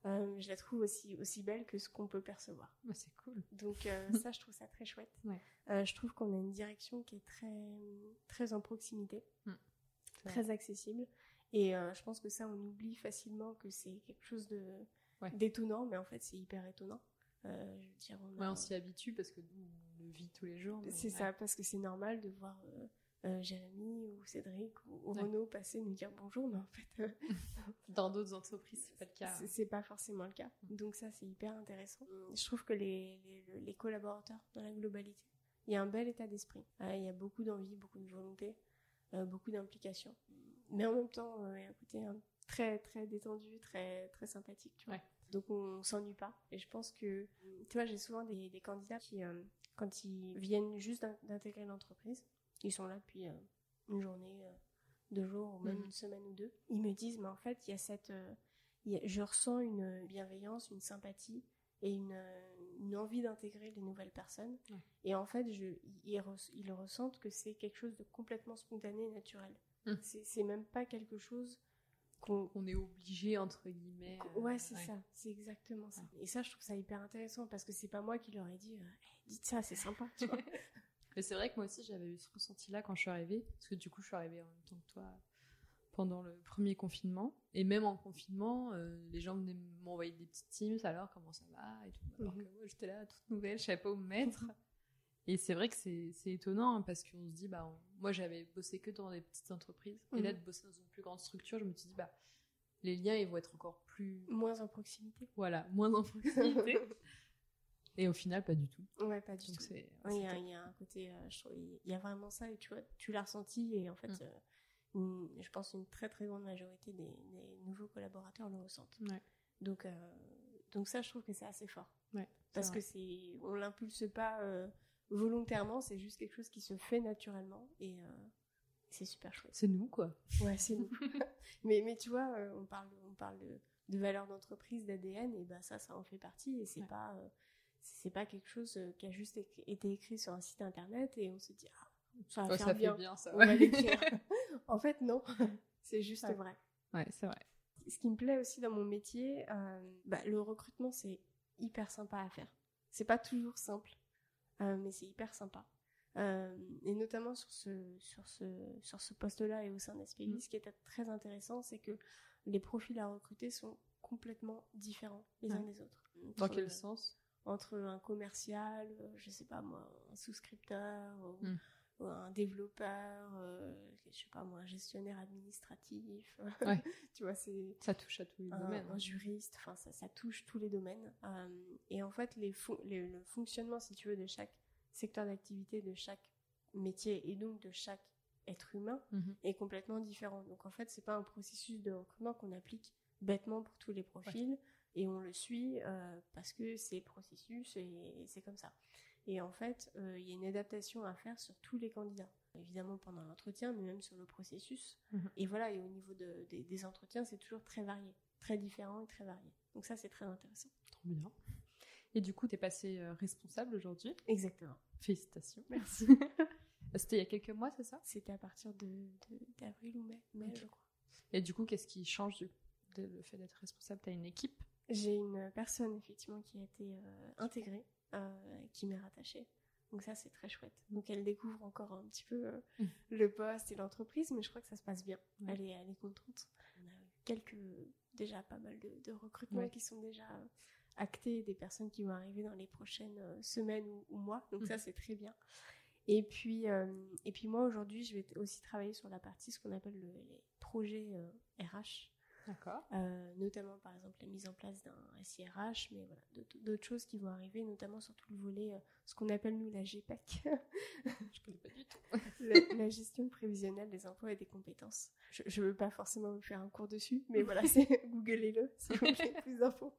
Speaker 2: euh, je la trouve aussi, aussi belle que ce qu'on peut percevoir.
Speaker 1: Bah, c'est cool.
Speaker 2: Donc euh, ça, je trouve ça très chouette.
Speaker 1: Ouais.
Speaker 2: Euh, je trouve qu'on a une direction qui est très, très en proximité, mmh. très accessible. Et euh, je pense que ça, on oublie facilement que c'est quelque chose de, ouais. d'étonnant, mais en fait, c'est hyper étonnant. Euh, je veux dire, on, a...
Speaker 1: ouais, on s'y habitue parce que nous, on le vit tous les jours.
Speaker 2: C'est ouais. ça, parce que c'est normal de voir euh, euh, Jérémy ou Cédric ou, ou ouais. Renaud passer nous dire bonjour, mais en fait... Euh,
Speaker 1: dans d'autres entreprises, c'est pas le cas.
Speaker 2: C'est, c'est pas forcément le cas. Donc ça, c'est hyper intéressant. Je trouve que les, les, les collaborateurs, dans la globalité, il y a un bel état d'esprit. Euh, il y a beaucoup d'envie, beaucoup de volonté, euh, beaucoup d'implication. Mais en même temps, euh, il y a un côté hein, très, très détendu, très, très sympathique, tu vois. Ouais. Donc on s'ennuie pas. Et je pense que, tu vois, j'ai souvent des, des candidats qui, euh, quand ils viennent juste d'intégrer l'entreprise, ils sont là depuis euh, une journée, euh, deux jours, ou même mmh. une semaine ou deux, ils me disent, mais en fait, il y a cette, euh, y a, je ressens une bienveillance, une sympathie et une, une envie d'intégrer les nouvelles personnes. Ouais. Et en fait, je, ils, re, ils ressentent que c'est quelque chose de complètement spontané et naturel. Mmh. C'est, c'est même pas quelque chose qu'on,
Speaker 1: qu'on est obligé, entre guillemets.
Speaker 2: Euh, ouais, c'est ouais. ça. C'est exactement ça. Ouais. Et ça, je trouve ça hyper intéressant parce que c'est pas moi qui leur ai dit, euh, hey, dites ça, c'est sympa, tu vois.
Speaker 1: Mais c'est vrai que moi aussi, j'avais eu ce ressenti-là quand je suis arrivée. Parce que du coup, je suis arrivée en même temps que toi pendant le premier confinement. Et même en confinement, euh, les gens venaient m'envoyer des petites Teams. Alors, comment ça va et tout. Alors mm-hmm. que moi, j'étais là, toute nouvelle, je savais pas où me mettre. Et c'est vrai que c'est, c'est étonnant hein, parce qu'on se dit, bah, on... moi j'avais bossé que dans des petites entreprises. Mmh. Et là, de bosser dans une plus grande structure, je me suis dit, bah, les liens ils vont être encore plus.
Speaker 2: Moins en proximité.
Speaker 1: Voilà, moins en proximité. Et au final, pas du tout.
Speaker 2: Ouais, pas du Donc tout. Il ouais, y, y a un côté, euh, je trouve, il y a vraiment ça et tu vois, tu l'as ressenti et en fait, mmh. euh, une, je pense une très très grande majorité des, des nouveaux collaborateurs le ressentent. Ouais. Donc, euh, donc ça, je trouve que c'est assez fort. Ouais, parce vrai. que c'est, on l'impulse pas. Euh, volontairement, c'est juste quelque chose qui se fait naturellement et euh, c'est super chouette.
Speaker 1: C'est nous, quoi.
Speaker 2: Ouais, c'est nous. mais, mais tu vois, euh, on parle, on parle de, de valeurs d'entreprise, d'A D N, et ben ça, ça en fait partie et c'est ouais. pas, euh, c'est pas quelque chose qui a juste écrit, été écrit sur un site internet et on se dit, ah, ça va
Speaker 1: ouais,
Speaker 2: faire
Speaker 1: ça
Speaker 2: bien,
Speaker 1: fait bien ça,
Speaker 2: on
Speaker 1: ouais.
Speaker 2: va l'écrire. En fait, non, c'est juste
Speaker 1: ouais.
Speaker 2: vrai.
Speaker 1: Ouais, c'est vrai.
Speaker 2: Ce qui me plaît aussi dans mon métier, euh, bah, le recrutement, c'est hyper sympa à faire. C'est pas toujours simple. Euh, mais c'est hyper sympa. Euh, et notamment sur ce, sur ce, sur ce poste-là et au sein d'S P I, mmh. ce qui est très intéressant, c'est que les profils à recruter sont complètement différents les ouais. uns des autres.
Speaker 1: Entre, Dans quel sens ?
Speaker 2: Entre un commercial, je sais pas moi, un souscripteur, ou, mmh. ou un développeur, euh, je sais pas moi, un gestionnaire administratif.
Speaker 1: Ouais.
Speaker 2: Tu vois, c'est
Speaker 1: ça touche à tous les
Speaker 2: un,
Speaker 1: domaines.
Speaker 2: Un juriste, enfin ça, ça touche tous les domaines. Euh, et en fait, les fon- les, le fonctionnement, si tu veux, de chaque secteur d'activité, de chaque métier et donc de chaque être humain mm-hmm. est complètement différent. Donc en fait, c'est pas un processus de recrutement qu'on applique bêtement pour tous les profils ouais. et on le suit euh, parce que c'est le processus et, et c'est comme ça. Et en fait, il euh, y a une adaptation à faire sur tous les candidats. Évidemment pendant l'entretien, mais même sur le processus. Mmh. Et voilà, et au niveau de, de, des entretiens, c'est toujours très varié, très différent et très varié. Donc ça, c'est très intéressant.
Speaker 1: Trop bien. Et du coup, tu es passée euh, responsable aujourd'hui ?
Speaker 2: Exactement.
Speaker 1: Félicitations.
Speaker 2: Merci.
Speaker 1: C'était il y a quelques mois, c'est ça ?
Speaker 2: C'était à partir de, de, d'avril ou mai, mai okay. je crois.
Speaker 1: Et du coup, qu'est-ce qui change du, de, le fait d'être responsable ? Tu as une équipe ?
Speaker 2: J'ai une personne, effectivement, qui a été euh, intégrée, euh, qui m'est rattachée. Donc ça, c'est très chouette. Donc elle découvre encore un petit peu euh, mmh. le poste et l'entreprise, mais je crois que ça se passe bien. Mmh. Elle est, elle est contente. On a quelques, déjà pas mal de, de recrutements ouais. qui sont déjà euh, actés, des personnes qui vont arriver dans les prochaines euh, semaines ou, ou mois. Donc mmh. ça, c'est très bien. Et puis, euh, et puis moi, aujourd'hui, je vais aussi travailler sur la partie, ce qu'on appelle le, les projets euh, R H.
Speaker 1: D'accord.
Speaker 2: Euh, notamment, par exemple, la mise en place d'un S I R H, mais voilà, d'autres, d'autres choses qui vont arriver, notamment sur tout le volet, euh, ce qu'on appelle, nous, la G P E C.
Speaker 1: Je connais pas du tout.
Speaker 2: la, la gestion prévisionnelle des emplois et des compétences. Je ne veux pas forcément vous faire un cours dessus, mais voilà, c'est, googlez-le si vous voulez plus d'infos.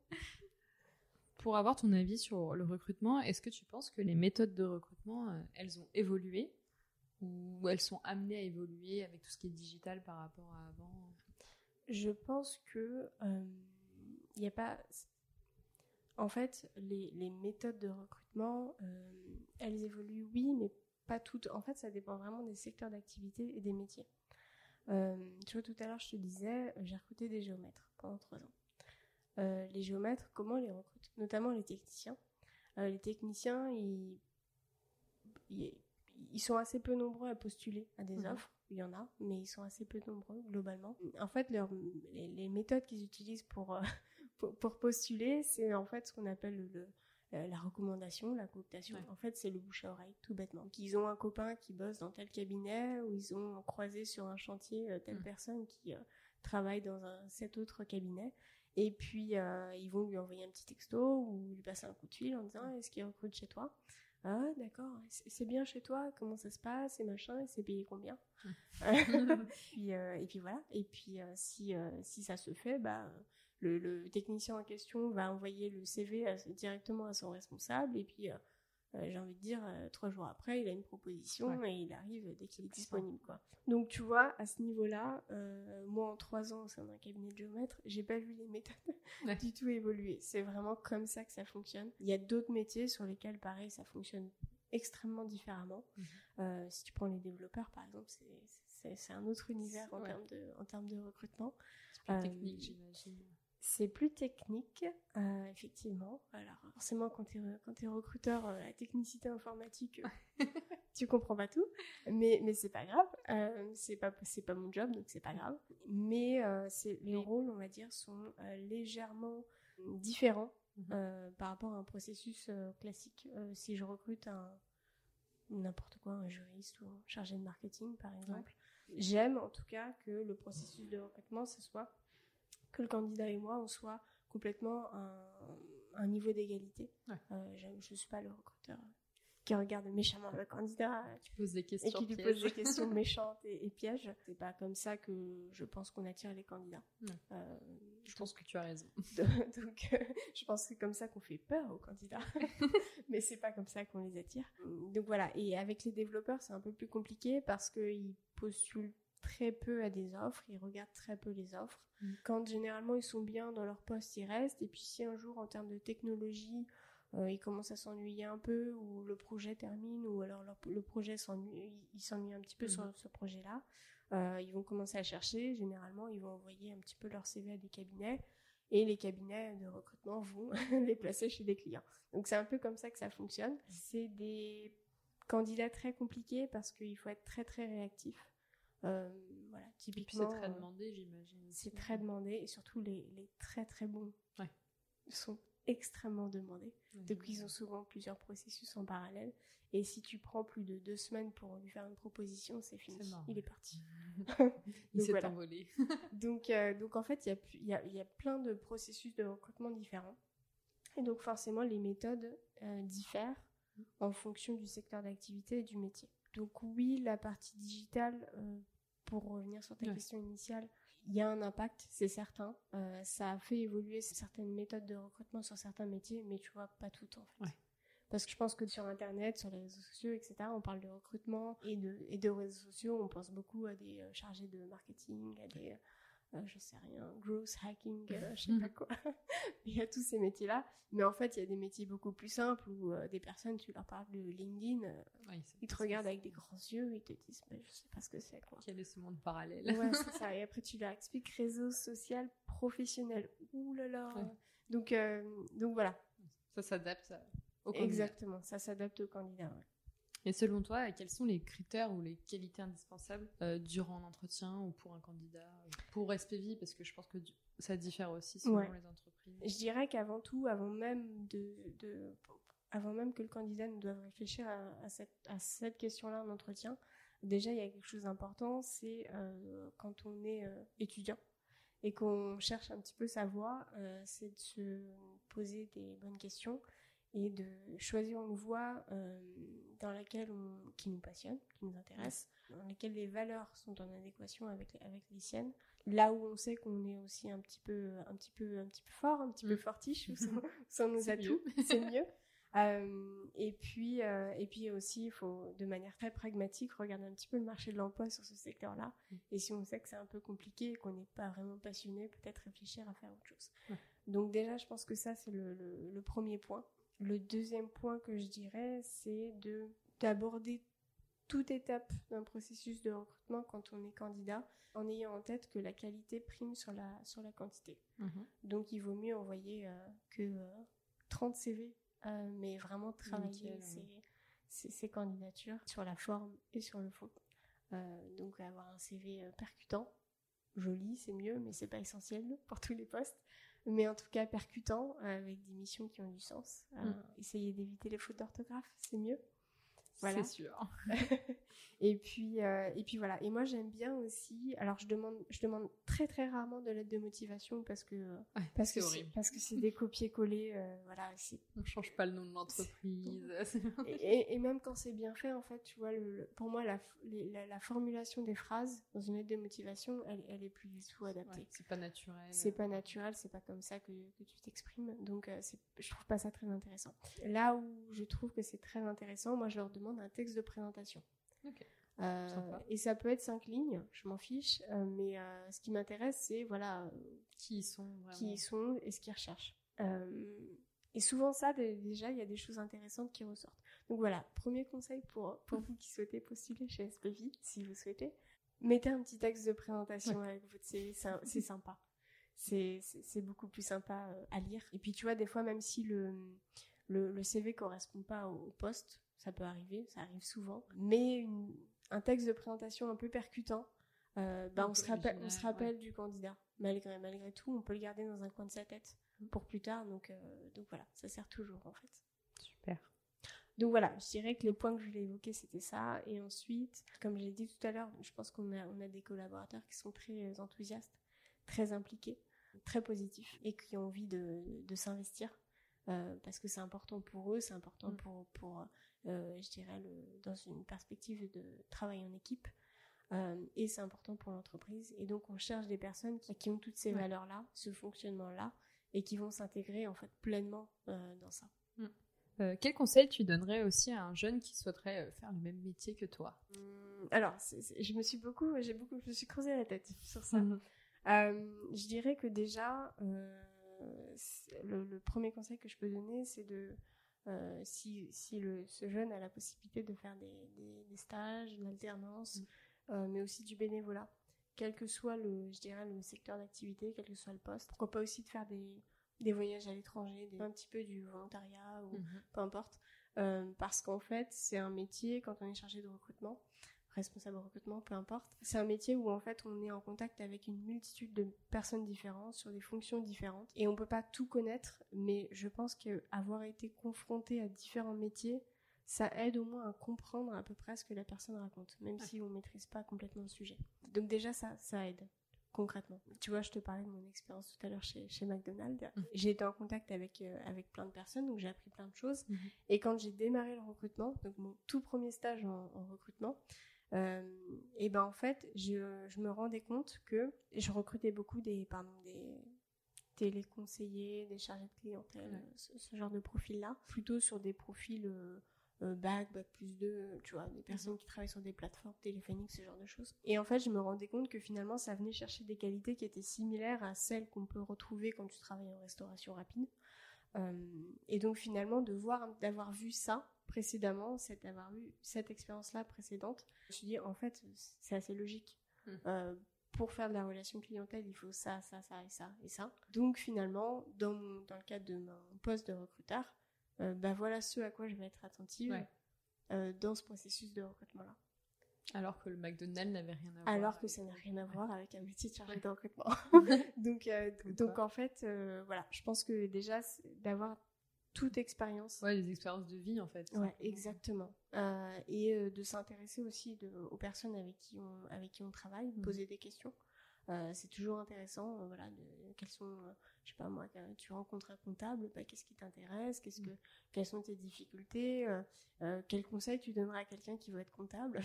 Speaker 1: Pour avoir ton avis sur le recrutement, est-ce que tu penses que les méthodes de recrutement, euh, elles ont évolué ou elles sont amenées à évoluer avec tout ce qui est digital par rapport à avant ?
Speaker 2: Je pense que il euh, n'y a pas. En fait, les, les méthodes de recrutement, euh, elles évoluent, oui, mais pas toutes. En fait, ça dépend vraiment des secteurs d'activité et des métiers. Euh, tu vois, tout à l'heure, je te disais, j'ai recruté des géomètres pendant trois ans. euh, les géomètres, comment on les recrute, notamment les techniciens. Euh, les techniciens, ils, ils, ils sont assez peu nombreux à postuler à des mmh. offres. Il y en a, mais ils sont assez peu nombreux globalement. En fait, leur, les, les méthodes qu'ils utilisent pour, euh, pour, pour postuler, c'est en fait ce qu'on appelle le, le, la recommandation, la cooptation. Ouais. En fait, c'est le bouche à oreille, tout bêtement. Ils ont un copain qui bosse dans tel cabinet, ou ils ont croisé sur un chantier euh, telle mmh. personne qui euh, travaille dans un, cet autre cabinet. Et puis, euh, ils vont lui envoyer un petit texto ou lui passer un coup de fil en disant « Est-ce qu'il recrute chez toi ?» Ah, d'accord, c'est bien chez toi, comment ça se passe, et machin, et c'est payé combien mmh. puis, euh, Et puis voilà, et puis euh, si, euh, si ça se fait, bah, le, le technicien en question va envoyer le C V à, directement à son responsable, et puis euh, euh, j'ai envie de dire, euh, trois jours après, il a une proposition, ouais. et il arrive dès qu'il est disponible, quoi. Donc tu vois, à ce niveau-là, euh, moi en trois ans au sein d'un cabinet de géomètre, j'ai pas vu les méthodes ouais. du tout évoluer. C'est vraiment comme ça que ça fonctionne. Il y a d'autres métiers sur lesquels, pareil, ça fonctionne extrêmement différemment. Mmh. Euh, si tu prends les développeurs, par exemple, c'est, c'est, c'est un autre univers en, ouais. termes de, en termes de recrutement.
Speaker 1: C'est plus euh, technique, j'imagine.
Speaker 2: C'est plus technique, euh, effectivement. Alors, forcément, quand tu es quand t'es recruteur, euh, la technicité informatique, euh, tu comprends pas tout, mais mais c'est pas grave. Euh, c'est pas c'est pas mon job, donc c'est pas grave. Mais euh, c'est les rôles, on va dire, sont euh, légèrement différents mm-hmm. euh, par rapport à un processus euh, classique. Euh, si je recrute un n'importe quoi, un juriste ou un chargé de marketing, par exemple, ouais. j'aime en tout cas que le processus de recrutement, ce soit que le candidat et moi, on soit complètement à un, un niveau d'égalité. Ouais. Euh, je ne suis pas le recruteur qui regarde méchamment le candidat
Speaker 1: qui pose des questions
Speaker 2: et qui lui
Speaker 1: pièges.
Speaker 2: pose des questions méchantes et, et pièges. C'est pas comme ça que je pense qu'on attire les candidats.
Speaker 1: Ouais. Euh, je donc, pense que tu as raison.
Speaker 2: Donc, euh, je pense que c'est comme ça qu'on fait peur aux candidats, mais c'est pas comme ça qu'on les attire. Donc voilà. Et avec les développeurs, c'est un peu plus compliqué parce qu'ils postulent très peu à des offres, ils regardent très peu les offres. Mmh. Quand généralement ils sont bien dans leur poste, ils restent. Et puis si un jour, en termes de technologie, euh, ils commencent à s'ennuyer un peu, ou le projet termine, ou alors leur, le projet s'ennuie, ils s'ennuient un petit peu mmh. sur ce projet-là, euh, ils vont commencer à chercher. Généralement, ils vont envoyer un petit peu leur C V à des cabinets, et les cabinets de recrutement vont les placer chez des clients. Donc c'est un peu comme ça que ça fonctionne. C'est des candidats très compliqués parce qu'il faut être très très réactif. Euh, voilà, typiquement.
Speaker 1: C'est très demandé, j'imagine.
Speaker 2: C'est très demandé, et surtout les, les très très bons
Speaker 1: ouais.
Speaker 2: sont extrêmement demandés. Ouais, Donc, ils ont souvent plusieurs processus en parallèle. Et si tu prends plus de deux semaines pour lui faire une proposition, c'est fini. C'est il est parti.
Speaker 1: il s'est voilà. envolé.
Speaker 2: donc, euh, donc, en fait, il y, y, a, y a plein de processus de recrutement différents. Et donc, forcément, les méthodes euh, diffèrent en fonction du secteur d'activité et du métier. Donc, oui, la partie digitale, euh, pour revenir sur ta ouais. question initiale, il y a un impact, c'est certain. Euh, ça a fait évoluer certaines méthodes de recrutement sur certains métiers, mais tu vois, pas toutes en fait.
Speaker 1: Ouais.
Speaker 2: Parce que je pense que sur Internet, sur les réseaux sociaux, et cetera, on parle de recrutement et de, et de réseaux sociaux, on pense beaucoup à des euh, chargés de marketing, à des, euh, je sais rien, growth hacking, euh, je sais pas quoi. Il y a tous ces métiers-là. Mais en fait, il y a des métiers beaucoup plus simples où euh, des personnes, tu leur parles de LinkedIn, euh, ouais, ils te regardent avec des grands yeux, ils te disent, bah, je sais pas ce que c'est, quoi.
Speaker 1: Quel est ce monde parallèle?
Speaker 2: Ouais, c'est ça. Et après, tu leur expliques réseau social professionnel. Ouh là là. Ouais. Donc, euh, donc voilà.
Speaker 1: Ça s'adapte au candidat.
Speaker 2: Exactement, ça s'adapte au candidat, ouais.
Speaker 1: Et selon toi, quels sont les critères ou les qualités indispensables euh, durant un entretien ou pour un candidat, pour S P V, parce que je pense que ça diffère aussi selon ouais. les entreprises.
Speaker 2: Je dirais qu'avant tout, avant même de, de, avant même que le candidat ne doive réfléchir à, à, cette, à cette question-là en entretien, déjà il y a quelque chose d'important, c'est euh, quand on est euh, étudiant et qu'on cherche un petit peu sa voie, euh, c'est de se poser des bonnes questions et de choisir une voie euh, dans laquelle on, qui nous passionne, qui nous intéresse, dans laquelle les valeurs sont en adéquation avec les, avec les siennes, là où on sait qu'on est aussi un petit peu, un petit peu, un petit peu fort, un petit mmh. peu fortiche, ou sans, sans nos atouts, c'est mieux. Euh, et puis, euh, et puis aussi, il faut, de manière très pragmatique, regarder un petit peu le marché de l'emploi sur ce secteur-là. Mmh. Et si on sait que c'est un peu compliqué et qu'on n'est pas vraiment passionné, peut-être réfléchir à faire autre chose. Mmh. Donc déjà, je pense que ça, c'est le, le, le premier point. Le deuxième point que je dirais, c'est de, d'aborder toute étape d'un processus de recrutement quand on est candidat, en ayant en tête que la qualité prime sur la, sur la quantité. Mmh. Donc, il vaut mieux envoyer euh, que euh, trente C V, euh, mais vraiment travailler ces, ces, ces candidatures sur la forme et sur le fond. Euh, donc, avoir un C V percutant, joli, c'est mieux, mais c'est pas essentiel pour tous les postes. Mais en tout cas, percutant, euh, avec des missions qui ont du sens. Euh, mmh. Essayer d'éviter les fautes d'orthographe, c'est mieux.
Speaker 1: Voilà. C'est sûr.
Speaker 2: et puis euh, et puis voilà. Et moi j'aime bien aussi. Alors je demande je demande très très rarement de l'aide de motivation parce que
Speaker 1: ouais,
Speaker 2: parce
Speaker 1: c'est
Speaker 2: que
Speaker 1: horrible.
Speaker 2: C'est, parce que c'est des copier-coller. Euh, voilà. C'est...
Speaker 1: On change pas le nom de l'entreprise.
Speaker 2: et, et, et même quand c'est bien fait, en fait, tu vois, le, le, pour moi la, les, la la formulation des phrases dans une lettre de motivation, elle, elle est plus du tout adaptée.
Speaker 1: Ouais, c'est pas naturel.
Speaker 2: C'est pas naturel. C'est pas comme ça que, que tu t'exprimes. Donc euh, c'est, je trouve pas ça très intéressant. Là où je trouve que c'est très intéressant, moi je leur demande un texte de présentation.
Speaker 1: Okay.
Speaker 2: Euh, et ça peut être cinq lignes, je m'en fiche, euh, mais euh, ce qui m'intéresse, c'est voilà, euh,
Speaker 1: qui ils sont, vraiment.
Speaker 2: qui ils sont et ce qu'ils recherchent. Euh, et souvent ça, d- déjà, il y a des choses intéressantes qui ressortent. Donc voilà, premier conseil pour, pour vous qui souhaitez postuler chez S P V, si vous souhaitez, mettez un petit texte de présentation ouais. avec votre C V, c'est, c'est sympa. C'est, c'est, c'est beaucoup plus sympa euh, à lire. Et puis tu vois, des fois, même si le, le, le C V correspond pas au, au poste, ça peut arriver, ça arrive souvent, mais une, un texte de présentation un peu percutant, euh, bah on, se rappelle, on se rappelle ouais. du candidat. Malgré, malgré tout, on peut le garder dans un coin de sa tête pour plus tard, donc, euh, donc voilà, ça sert toujours en fait.
Speaker 1: Super.
Speaker 2: Donc voilà, je dirais que les points que je voulais évoquer, c'était ça. Et ensuite, comme je l'ai dit tout à l'heure, je pense qu'on a, on a des collaborateurs qui sont très enthousiastes, très impliqués, très positifs et qui ont envie de, de s'investir euh, parce que c'est important pour eux, c'est important mmh. pour... pour Euh, je dirais, le, dans une perspective de travail en équipe. Euh, et c'est important pour l'entreprise. Et donc, on cherche des personnes qui, qui ont toutes ces ouais. valeurs-là, ce fonctionnement-là, et qui vont s'intégrer, en fait, pleinement euh, dans ça.
Speaker 1: Mmh. Euh, quel conseil tu donnerais aussi à un jeune qui souhaiterait faire le même métier que toi ?
Speaker 2: mmh, Alors, c'est, c'est, je me suis beaucoup, j'ai beaucoup, je me suis creusé la tête sur ça. Mmh. Euh, je dirais que déjà, euh, le, le premier conseil que je peux donner, c'est de Euh, si, si le, ce jeune a la possibilité de faire des, des, des stages, de l'alternance, mmh. euh, mais aussi du bénévolat, quel que soit le, je dirais, le secteur d'activité, quel que soit le poste. Pourquoi pas aussi de faire des, des voyages à l'étranger, des, un petit peu du volontariat ou mmh. peu importe. Euh, parce qu'en fait, c'est un métier, quand on est chargé de recrutement, responsable de recrutement, peu importe, c'est un métier où en fait on est en contact avec une multitude de personnes différentes sur des fonctions différentes et on peut pas tout connaître, mais je pense qu'avoir été confronté à différents métiers, ça aide au moins à comprendre à peu près ce que la personne raconte, même ouais. si on maîtrise pas complètement le sujet. Donc déjà ça, ça aide concrètement. Tu vois, je te parlais de mon expérience tout à l'heure chez, chez McDonald's. Mmh. J'ai été en contact avec, euh, avec plein de personnes, donc j'ai appris plein de choses. Mmh. Et quand j'ai démarré le recrutement, donc mon tout premier stage en, en recrutement, Euh, et ben en fait je, je me rendais compte que je recrutais beaucoup des pardon des téléconseillers, des chargés de clientèle, ouais. ce, ce genre de profil là, plutôt sur des profils euh, euh, bac, bac plus deux, tu vois, des personnes mmh. qui travaillent sur des plateformes téléphoniques, ce genre de choses. Et en fait je me rendais compte que finalement ça venait chercher des qualités qui étaient similaires à celles qu'on peut retrouver quand tu travailles en restauration rapide. Euh, et donc finalement de voir, d'avoir vu ça précédemment, c'est d'avoir eu cette expérience-là précédente, je me suis dit en fait c'est assez logique. Mmh. Euh, pour faire de la relation clientèle, il faut ça, ça, ça et ça et ça. Donc finalement, dans, mon, dans le cadre de mon poste de recruteur, euh, bah voilà ce à quoi je vais être attentive ouais. euh, dans ce processus de recrutement-là.
Speaker 1: Alors que le McDonald's n'avait rien à voir.
Speaker 2: Alors que ça n'a rien à voir ouais. avec un métier de chargé ouais. de recrutement. donc, euh, donc en fait, euh, voilà, je pense que déjà d'avoir toute expérience.
Speaker 1: Ouais, les expériences de vie en fait.
Speaker 2: Ouais, exactement. Euh, et euh, de s'intéresser aussi de, aux personnes avec qui on, avec qui on travaille, de mmh. poser des questions. Euh, c'est toujours intéressant, euh, voilà, de, quels sont, euh, je sais pas moi, tu rencontres un comptable, bah, qu'est-ce qui t'intéresse, qu'est-ce que, quelles sont tes difficultés, euh, euh, quels conseils tu donneras à quelqu'un qui veut être comptable.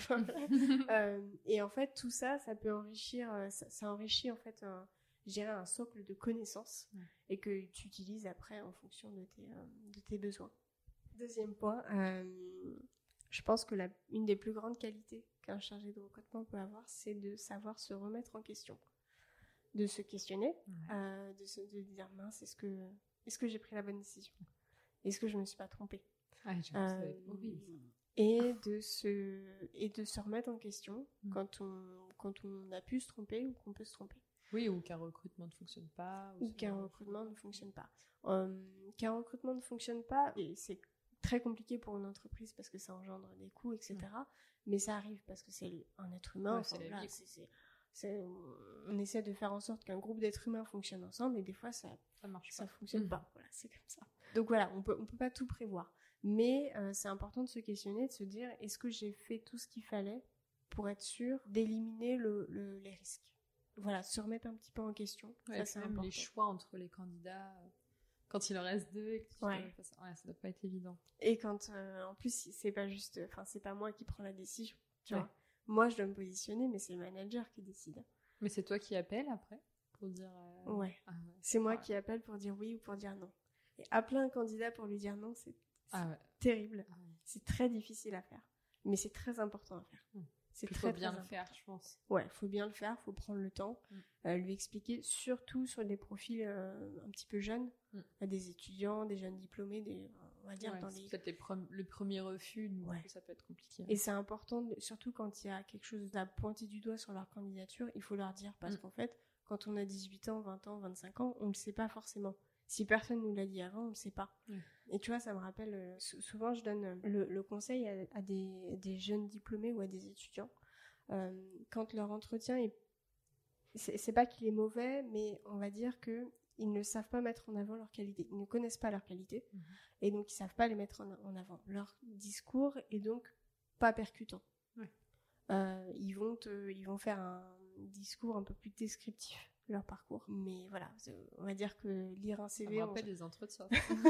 Speaker 2: euh, et en fait, tout ça, ça peut enrichir, ça, ça enrichit en fait un, je dirais un socle de connaissances ouais. et que tu utilises après en fonction de tes, euh, de tes besoins. Deuxième point, euh, je pense que la, une des plus grandes qualités qu'un chargé de recrutement peut avoir, c'est de savoir se remettre en question, de se questionner, ouais. euh, de se de dire mince, est-ce que, est-ce que j'ai pris la bonne décision ? Est-ce que je ne me suis pas trompée ?
Speaker 1: Ah, je pense euh, que ça va être horrible.
Speaker 2: et de se, et de se remettre en question mmh. quand, on, quand on a pu se tromper ou qu'on peut se tromper.
Speaker 1: Oui, ou qu'un recrutement ne fonctionne pas.
Speaker 2: Ou, ou qu'un recrutement ne fonctionne pas. Euh, qu'un recrutement ne fonctionne pas, et c'est très compliqué pour une entreprise parce que ça engendre des coûts, et cetera. Mmh. Mais ça arrive parce que c'est un être humain.
Speaker 1: Ouais,
Speaker 2: enfin,
Speaker 1: c'est
Speaker 2: voilà,
Speaker 1: la vie,
Speaker 2: c'est, c'est, c'est, on essaie de faire en sorte qu'un groupe d'êtres humains fonctionne ensemble et des fois ça
Speaker 1: ça marche
Speaker 2: ça
Speaker 1: pas.
Speaker 2: fonctionne
Speaker 1: Mmh.
Speaker 2: pas. Voilà, c'est comme ça. Donc voilà, on peut on peut pas tout prévoir, mais euh, c'est important de se questionner, de se dire est-ce que j'ai fait tout ce qu'il fallait pour être sûr d'éliminer le, le, les risques. Voilà, se remettre un petit peu en question.
Speaker 1: Ouais,
Speaker 2: ça c'est
Speaker 1: même
Speaker 2: important.
Speaker 1: Les choix entre les candidats. Euh... Quand il en reste deux et que tu
Speaker 2: ouais.
Speaker 1: Dois... ouais, ça doit pas être évident.
Speaker 2: Et quand, euh, en plus, c'est pas juste, enfin, c'est pas moi qui prends la décision, tu
Speaker 1: ouais.
Speaker 2: vois. Moi, je dois me positionner, mais c'est le manager qui décide.
Speaker 1: Mais c'est toi qui appelles après pour dire. Euh...
Speaker 2: Ouais.
Speaker 1: Ah, ouais.
Speaker 2: C'est moi
Speaker 1: ouais.
Speaker 2: qui appelle pour dire oui ou pour dire non. Et appeler un candidat pour lui dire non, c'est, c'est
Speaker 1: ah, ouais.
Speaker 2: terrible.
Speaker 1: Ah, ouais.
Speaker 2: C'est très difficile à faire, mais c'est très important à faire.
Speaker 1: Mmh.
Speaker 2: C'est
Speaker 1: Puis
Speaker 2: très,
Speaker 1: faut bien
Speaker 2: très
Speaker 1: le faire, je pense.
Speaker 2: Ouais, faut bien le faire, faut prendre le temps, mm. euh, lui expliquer, surtout sur des profils euh, un petit peu jeunes, mm. à des étudiants, des jeunes diplômés, des, on va dire
Speaker 1: ouais,
Speaker 2: dans
Speaker 1: c'est
Speaker 2: les...
Speaker 1: peut-être les pre- le premier refus, donc ouais. ça peut être compliqué.
Speaker 2: Et c'est important, de, surtout quand il y a quelque chose à pointer du doigt sur leur candidature, il faut leur dire, parce mm. qu'en fait, quand on a dix-huit ans, vingt ans, vingt-cinq ans, on ne le sait pas forcément. Si personne nous l'a dit avant, on ne le sait pas. Mm. Et tu vois, ça me rappelle, euh, souvent je donne le, le conseil à, à des, des jeunes diplômés ou à des étudiants. Euh, quand leur entretien est, c'est, c'est pas qu'il est mauvais, mais on va dire que ils ne savent pas mettre en avant leurs qualités, ils ne connaissent pas leurs qualités, mmh. et donc ils savent pas les mettre en, en avant. Leur discours est donc pas percutant. Ouais. Euh, ils vont te, ils vont faire un discours un peu plus descriptif de leur parcours, mais voilà, on va dire que lire un C V.
Speaker 1: Ça me rappelle
Speaker 2: on...
Speaker 1: des entretiens.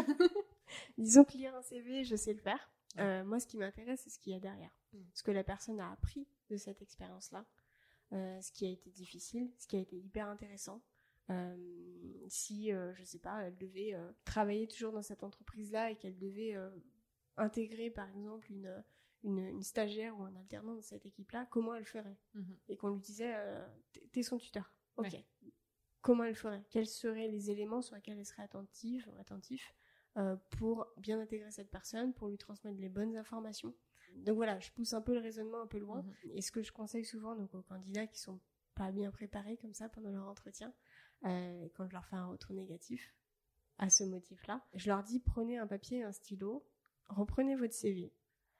Speaker 2: Disons que lire un C V, je sais le faire. Ouais. Euh, moi, ce qui m'intéresse, c'est ce qu'il y a derrière. Mmh. Ce que la personne a appris de cette expérience-là, euh, ce qui a été difficile, ce qui a été hyper intéressant. Euh, si, euh, je sais pas, elle devait euh, travailler toujours dans cette entreprise-là et qu'elle devait euh, intégrer, par exemple, une, une, une stagiaire ou un alternant dans cette équipe-là, comment elle ferait ? Mmh. Et qu'on lui disait, euh, t'es son tuteur. Ok. Ouais. Comment elle ferait ? Quels seraient les éléments sur lesquels elle serait attentive, attentif Euh, pour bien intégrer cette personne, pour lui transmettre les bonnes informations. Donc voilà, je pousse un peu le raisonnement un peu loin. Mmh. Et ce que je conseille souvent donc, aux candidats qui sont pas bien préparés comme ça pendant leur entretien, euh, quand je leur fais un retour négatif à ce motif-là, je leur dis prenez un papier et un stylo, reprenez votre C V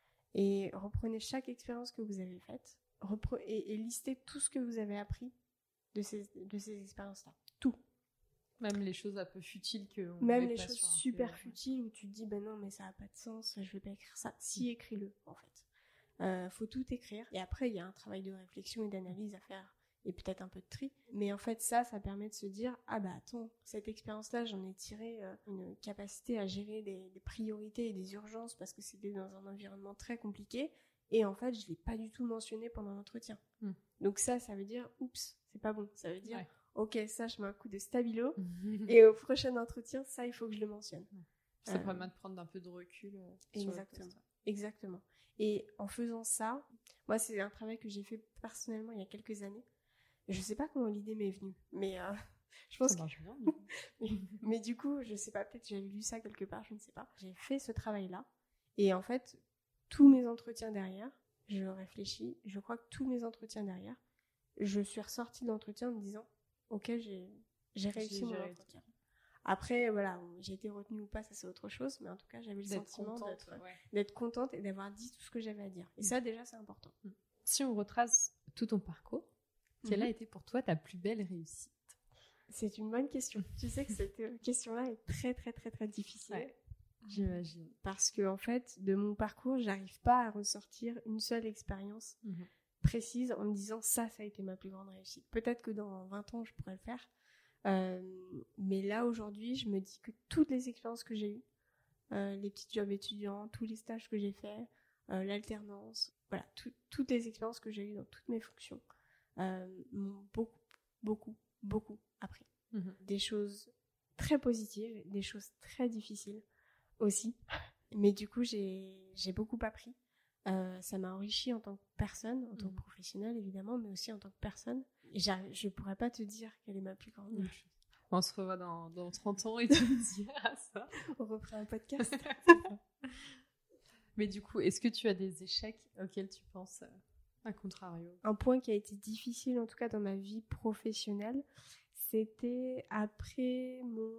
Speaker 2: et reprenez chaque expérience que vous avez faite repre- et, et listez tout ce que vous avez appris de ces, de ces expériences-là. Tout.
Speaker 1: Même les choses un peu futiles que on
Speaker 2: Même les choses
Speaker 1: sur
Speaker 2: super futiles où tu te dis ben non mais ça n'a pas de sens, je vais pas écrire ça. Si, écris-le en fait. Euh, faut tout écrire. Et après il y a un travail de réflexion et d'analyse à faire et peut-être un peu de tri. Mais en fait ça, ça permet de se dire ah bah attends, cette expérience-là j'en ai tiré euh, une capacité à gérer des, des priorités et des urgences parce que c'était dans un environnement très compliqué. Et en fait je l'ai pas du tout mentionné pendant l'entretien. Mm. Donc ça, ça veut dire oups, c'est pas bon. Ça veut dire ouais. Ok, ça, je mets un coup de stabilo. Et au prochain entretien, ça, il faut que je le mentionne.
Speaker 1: Ça euh, permet de prendre un peu de recul. Euh,
Speaker 2: exactement.
Speaker 1: Sur le
Speaker 2: exactement. Et en faisant ça, moi, c'est un travail que j'ai fait personnellement il y a quelques années. Je sais pas comment l'idée m'est venue, mais euh, je pense
Speaker 1: ça
Speaker 2: que...
Speaker 1: marche bien.
Speaker 2: mais, mais du coup, je sais pas, peut-être que j'avais lu ça quelque part, je ne sais pas. J'ai fait ce travail-là. Et en fait, tous mes entretiens derrière, je réfléchis, je crois que tous mes entretiens derrière, je suis ressortie de l'entretien en me disant ok, j'ai, j'ai réussi j'ai mon entretien. Après, voilà, j'ai été retenue ou pas, ça c'est autre chose, mais en tout cas, j'avais le
Speaker 1: d'être
Speaker 2: sentiment
Speaker 1: contente,
Speaker 2: d'être,
Speaker 1: ouais.
Speaker 2: d'être contente et d'avoir dit tout ce que j'avais à dire. Et mmh. ça, déjà, c'est important.
Speaker 1: Mmh. Si on retrace tout ton parcours, mmh. quelle a été pour toi ta plus belle réussite ?
Speaker 2: C'est une bonne question. Tu sais que cette question-là est très, très, très, très difficile.
Speaker 1: Ouais, j'imagine.
Speaker 2: Parce que, en fait, de mon parcours, j'arrive pas à ressortir une seule expérience mmh. précise en me disant ça, ça a été ma plus grande réussite. Peut-être que dans vingt ans, je pourrais le faire. Euh, mais là, aujourd'hui, je me dis que toutes les expériences que j'ai eues, euh, les petits jobs étudiants, tous les stages que j'ai faits, euh, l'alternance, voilà, tout, toutes les expériences que j'ai eues dans toutes mes fonctions euh, m'ont beaucoup, beaucoup, beaucoup appris. Mmh. Des choses très positives, des choses très difficiles aussi. Mais du coup, j'ai, j'ai beaucoup appris. Euh, ça m'a enrichi en tant que personne, en tant que professionnelle évidemment, mais aussi en tant que personne. Et je ne pourrais pas te dire quelle est ma plus grande mmh. chose.
Speaker 1: On se revoit dans, dans trente ans et tu me diras ça.
Speaker 2: On reprend un podcast.
Speaker 1: Mais du coup, est-ce que tu as des échecs auxquels tu penses à contrario?
Speaker 2: Un point qui a été difficile, en tout cas dans ma vie professionnelle, c'était après mon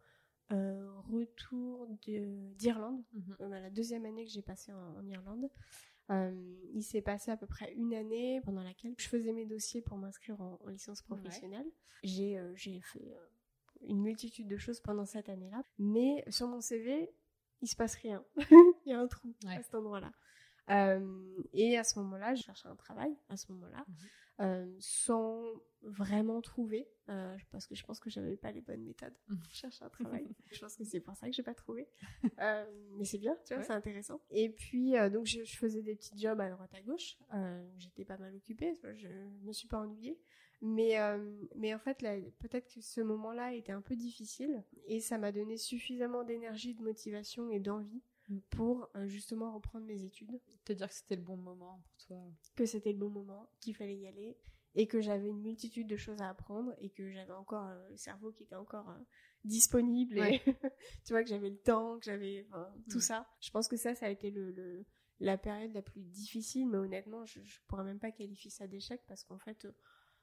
Speaker 2: euh, retour de, d'Irlande, mm-hmm. euh, la deuxième année que j'ai passée en, en Irlande. Euh, il s'est passé à peu près une année pendant laquelle je faisais mes dossiers pour m'inscrire en, en licence professionnelle. Ouais. J'ai, euh, j'ai fait euh, une multitude de choses pendant cette année-là, mais sur mon C V, il se passe rien. Il y a un trou ouais. à cet endroit-là. Euh, et à ce moment-là, je cherchais un travail, à ce moment-là, mmh. euh, sans vraiment trouver, euh, parce que je pense que je n'avais pas les bonnes méthodes pour chercher un travail. Je pense que c'est pour ça que je n'ai pas trouvé. Euh, mais c'est bien, tu vois, ouais. c'est intéressant. Et puis, euh, donc, je, je faisais des petits jobs à droite à gauche. Euh, j'étais pas mal occupée, je ne me suis pas ennuyée. Mais, euh, mais en fait, là, peut-être que ce moment-là était un peu difficile et ça m'a donné suffisamment d'énergie, de motivation et d'envie pour euh, justement reprendre mes études.
Speaker 1: Te dire que c'était le bon moment pour toi.
Speaker 2: Que c'était le bon moment, qu'il fallait y aller et que j'avais une multitude de choses à apprendre et que j'avais encore euh, le cerveau qui était encore euh, disponible ouais. et tu vois que j'avais le temps, que j'avais enfin, tout ouais. ça. Je pense que ça, ça a été le, le, la période la plus difficile, mais honnêtement, je ne pourrais même pas qualifier ça d'échec parce qu'en fait... Euh,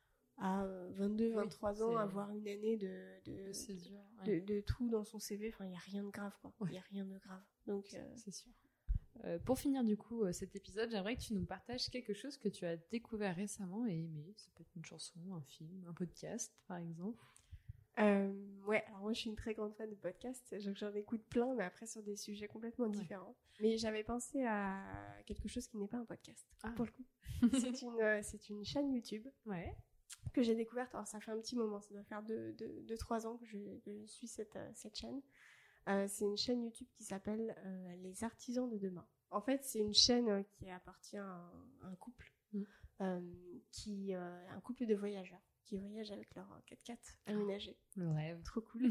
Speaker 2: à vingt-deux vingt-trois oui, ans, avoir une année de, de, césure, ouais. de, de tout dans son C V, enfin, il n'y a rien de grave, quoi. Il ouais. n'y a rien de grave. Donc,
Speaker 1: euh... c'est sûr. Euh, pour finir, du coup, euh, cet épisode, j'aimerais que tu nous partages quelque chose que tu as découvert récemment et aimé. Ça peut être une chanson, un film, un podcast, par exemple.
Speaker 2: Euh, ouais, alors moi, je suis une très grande fan de podcasts. J'en écoute plein, mais après, sur des sujets complètement différents. Ouais. Mais j'avais pensé à quelque chose qui n'est pas un podcast, ah. pour le coup. c'est, une, euh, c'est une chaîne YouTube.
Speaker 1: Ouais.
Speaker 2: Que j'ai découverte, alors ça fait un petit moment, ça doit faire deux à trois ans que je, que je suis cette, cette chaîne. Euh, c'est une chaîne YouTube qui s'appelle euh, Les Artisans de Demain. En fait, c'est une chaîne qui appartient à un, à un couple, mmh. euh, qui, euh, un couple de voyageurs qui voyagent avec leur quatre-quatre aménagé.
Speaker 1: Oh, le rêve.
Speaker 2: Trop cool.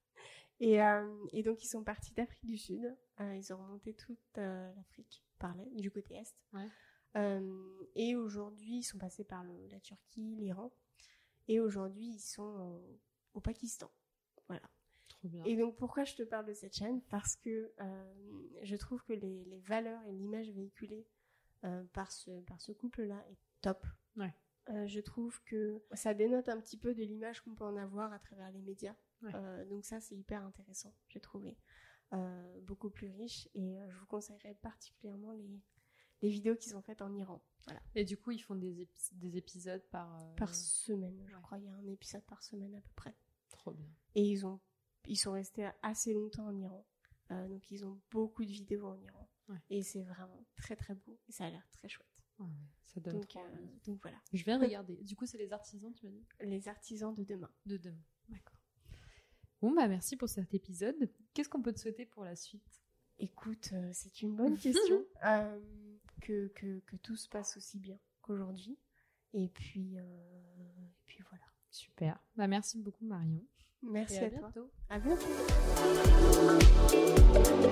Speaker 2: et, euh, et donc, ils sont partis d'Afrique du Sud. Euh, ils ont remonté toute euh, l'Afrique, par là, du côté Est.
Speaker 1: Ouais.
Speaker 2: Euh, et aujourd'hui, ils sont passés par le, la Turquie, l'Iran. Et aujourd'hui, ils sont au, au Pakistan. Voilà.
Speaker 1: Trop bien.
Speaker 2: Et donc, pourquoi je te parle de cette chaîne ? Parce que euh, je trouve que les, les valeurs et l'image véhiculée euh, par, ce, par ce couple-là est top.
Speaker 1: Ouais.
Speaker 2: Euh, je trouve que ça dénote un petit peu de l'image qu'on peut en avoir à travers les médias. Ouais. Euh, donc ça, c'est hyper intéressant, j'ai trouvé. Euh, beaucoup plus riche. Et euh, je vous conseillerais particulièrement les... les vidéos qu'ils ont faites en Iran. Voilà.
Speaker 1: Et du coup, ils font des, épis- des épisodes par... Euh...
Speaker 2: Par semaine, je
Speaker 1: ouais.
Speaker 2: crois. Il y a un épisode par semaine à peu près.
Speaker 1: Trop bien.
Speaker 2: Et ils, ont, ils sont restés assez longtemps en Iran. Euh, donc, ils ont beaucoup de vidéos en Iran.
Speaker 1: Ouais.
Speaker 2: Et c'est vraiment très, très beau. Et ça a l'air très chouette.
Speaker 1: Ouais, ça donne
Speaker 2: donc,
Speaker 1: trop
Speaker 2: euh,
Speaker 1: envie.
Speaker 2: donc, voilà.
Speaker 1: Je vais regarder. Du coup, c'est les artisans, tu m'as dit ?
Speaker 2: Les artisans de demain.
Speaker 1: De demain, d'accord. Bon, bah merci pour cet épisode. Qu'est-ce qu'on peut te souhaiter pour la suite ?
Speaker 2: Écoute, euh, c'est une bonne question. euh, que, que, que tout se passe aussi bien qu'aujourd'hui. Et puis, euh, et puis voilà.
Speaker 1: Super. Bah, merci beaucoup, Marion.
Speaker 2: Merci
Speaker 1: et à,
Speaker 2: à
Speaker 1: bientôt.
Speaker 2: toi. À bientôt.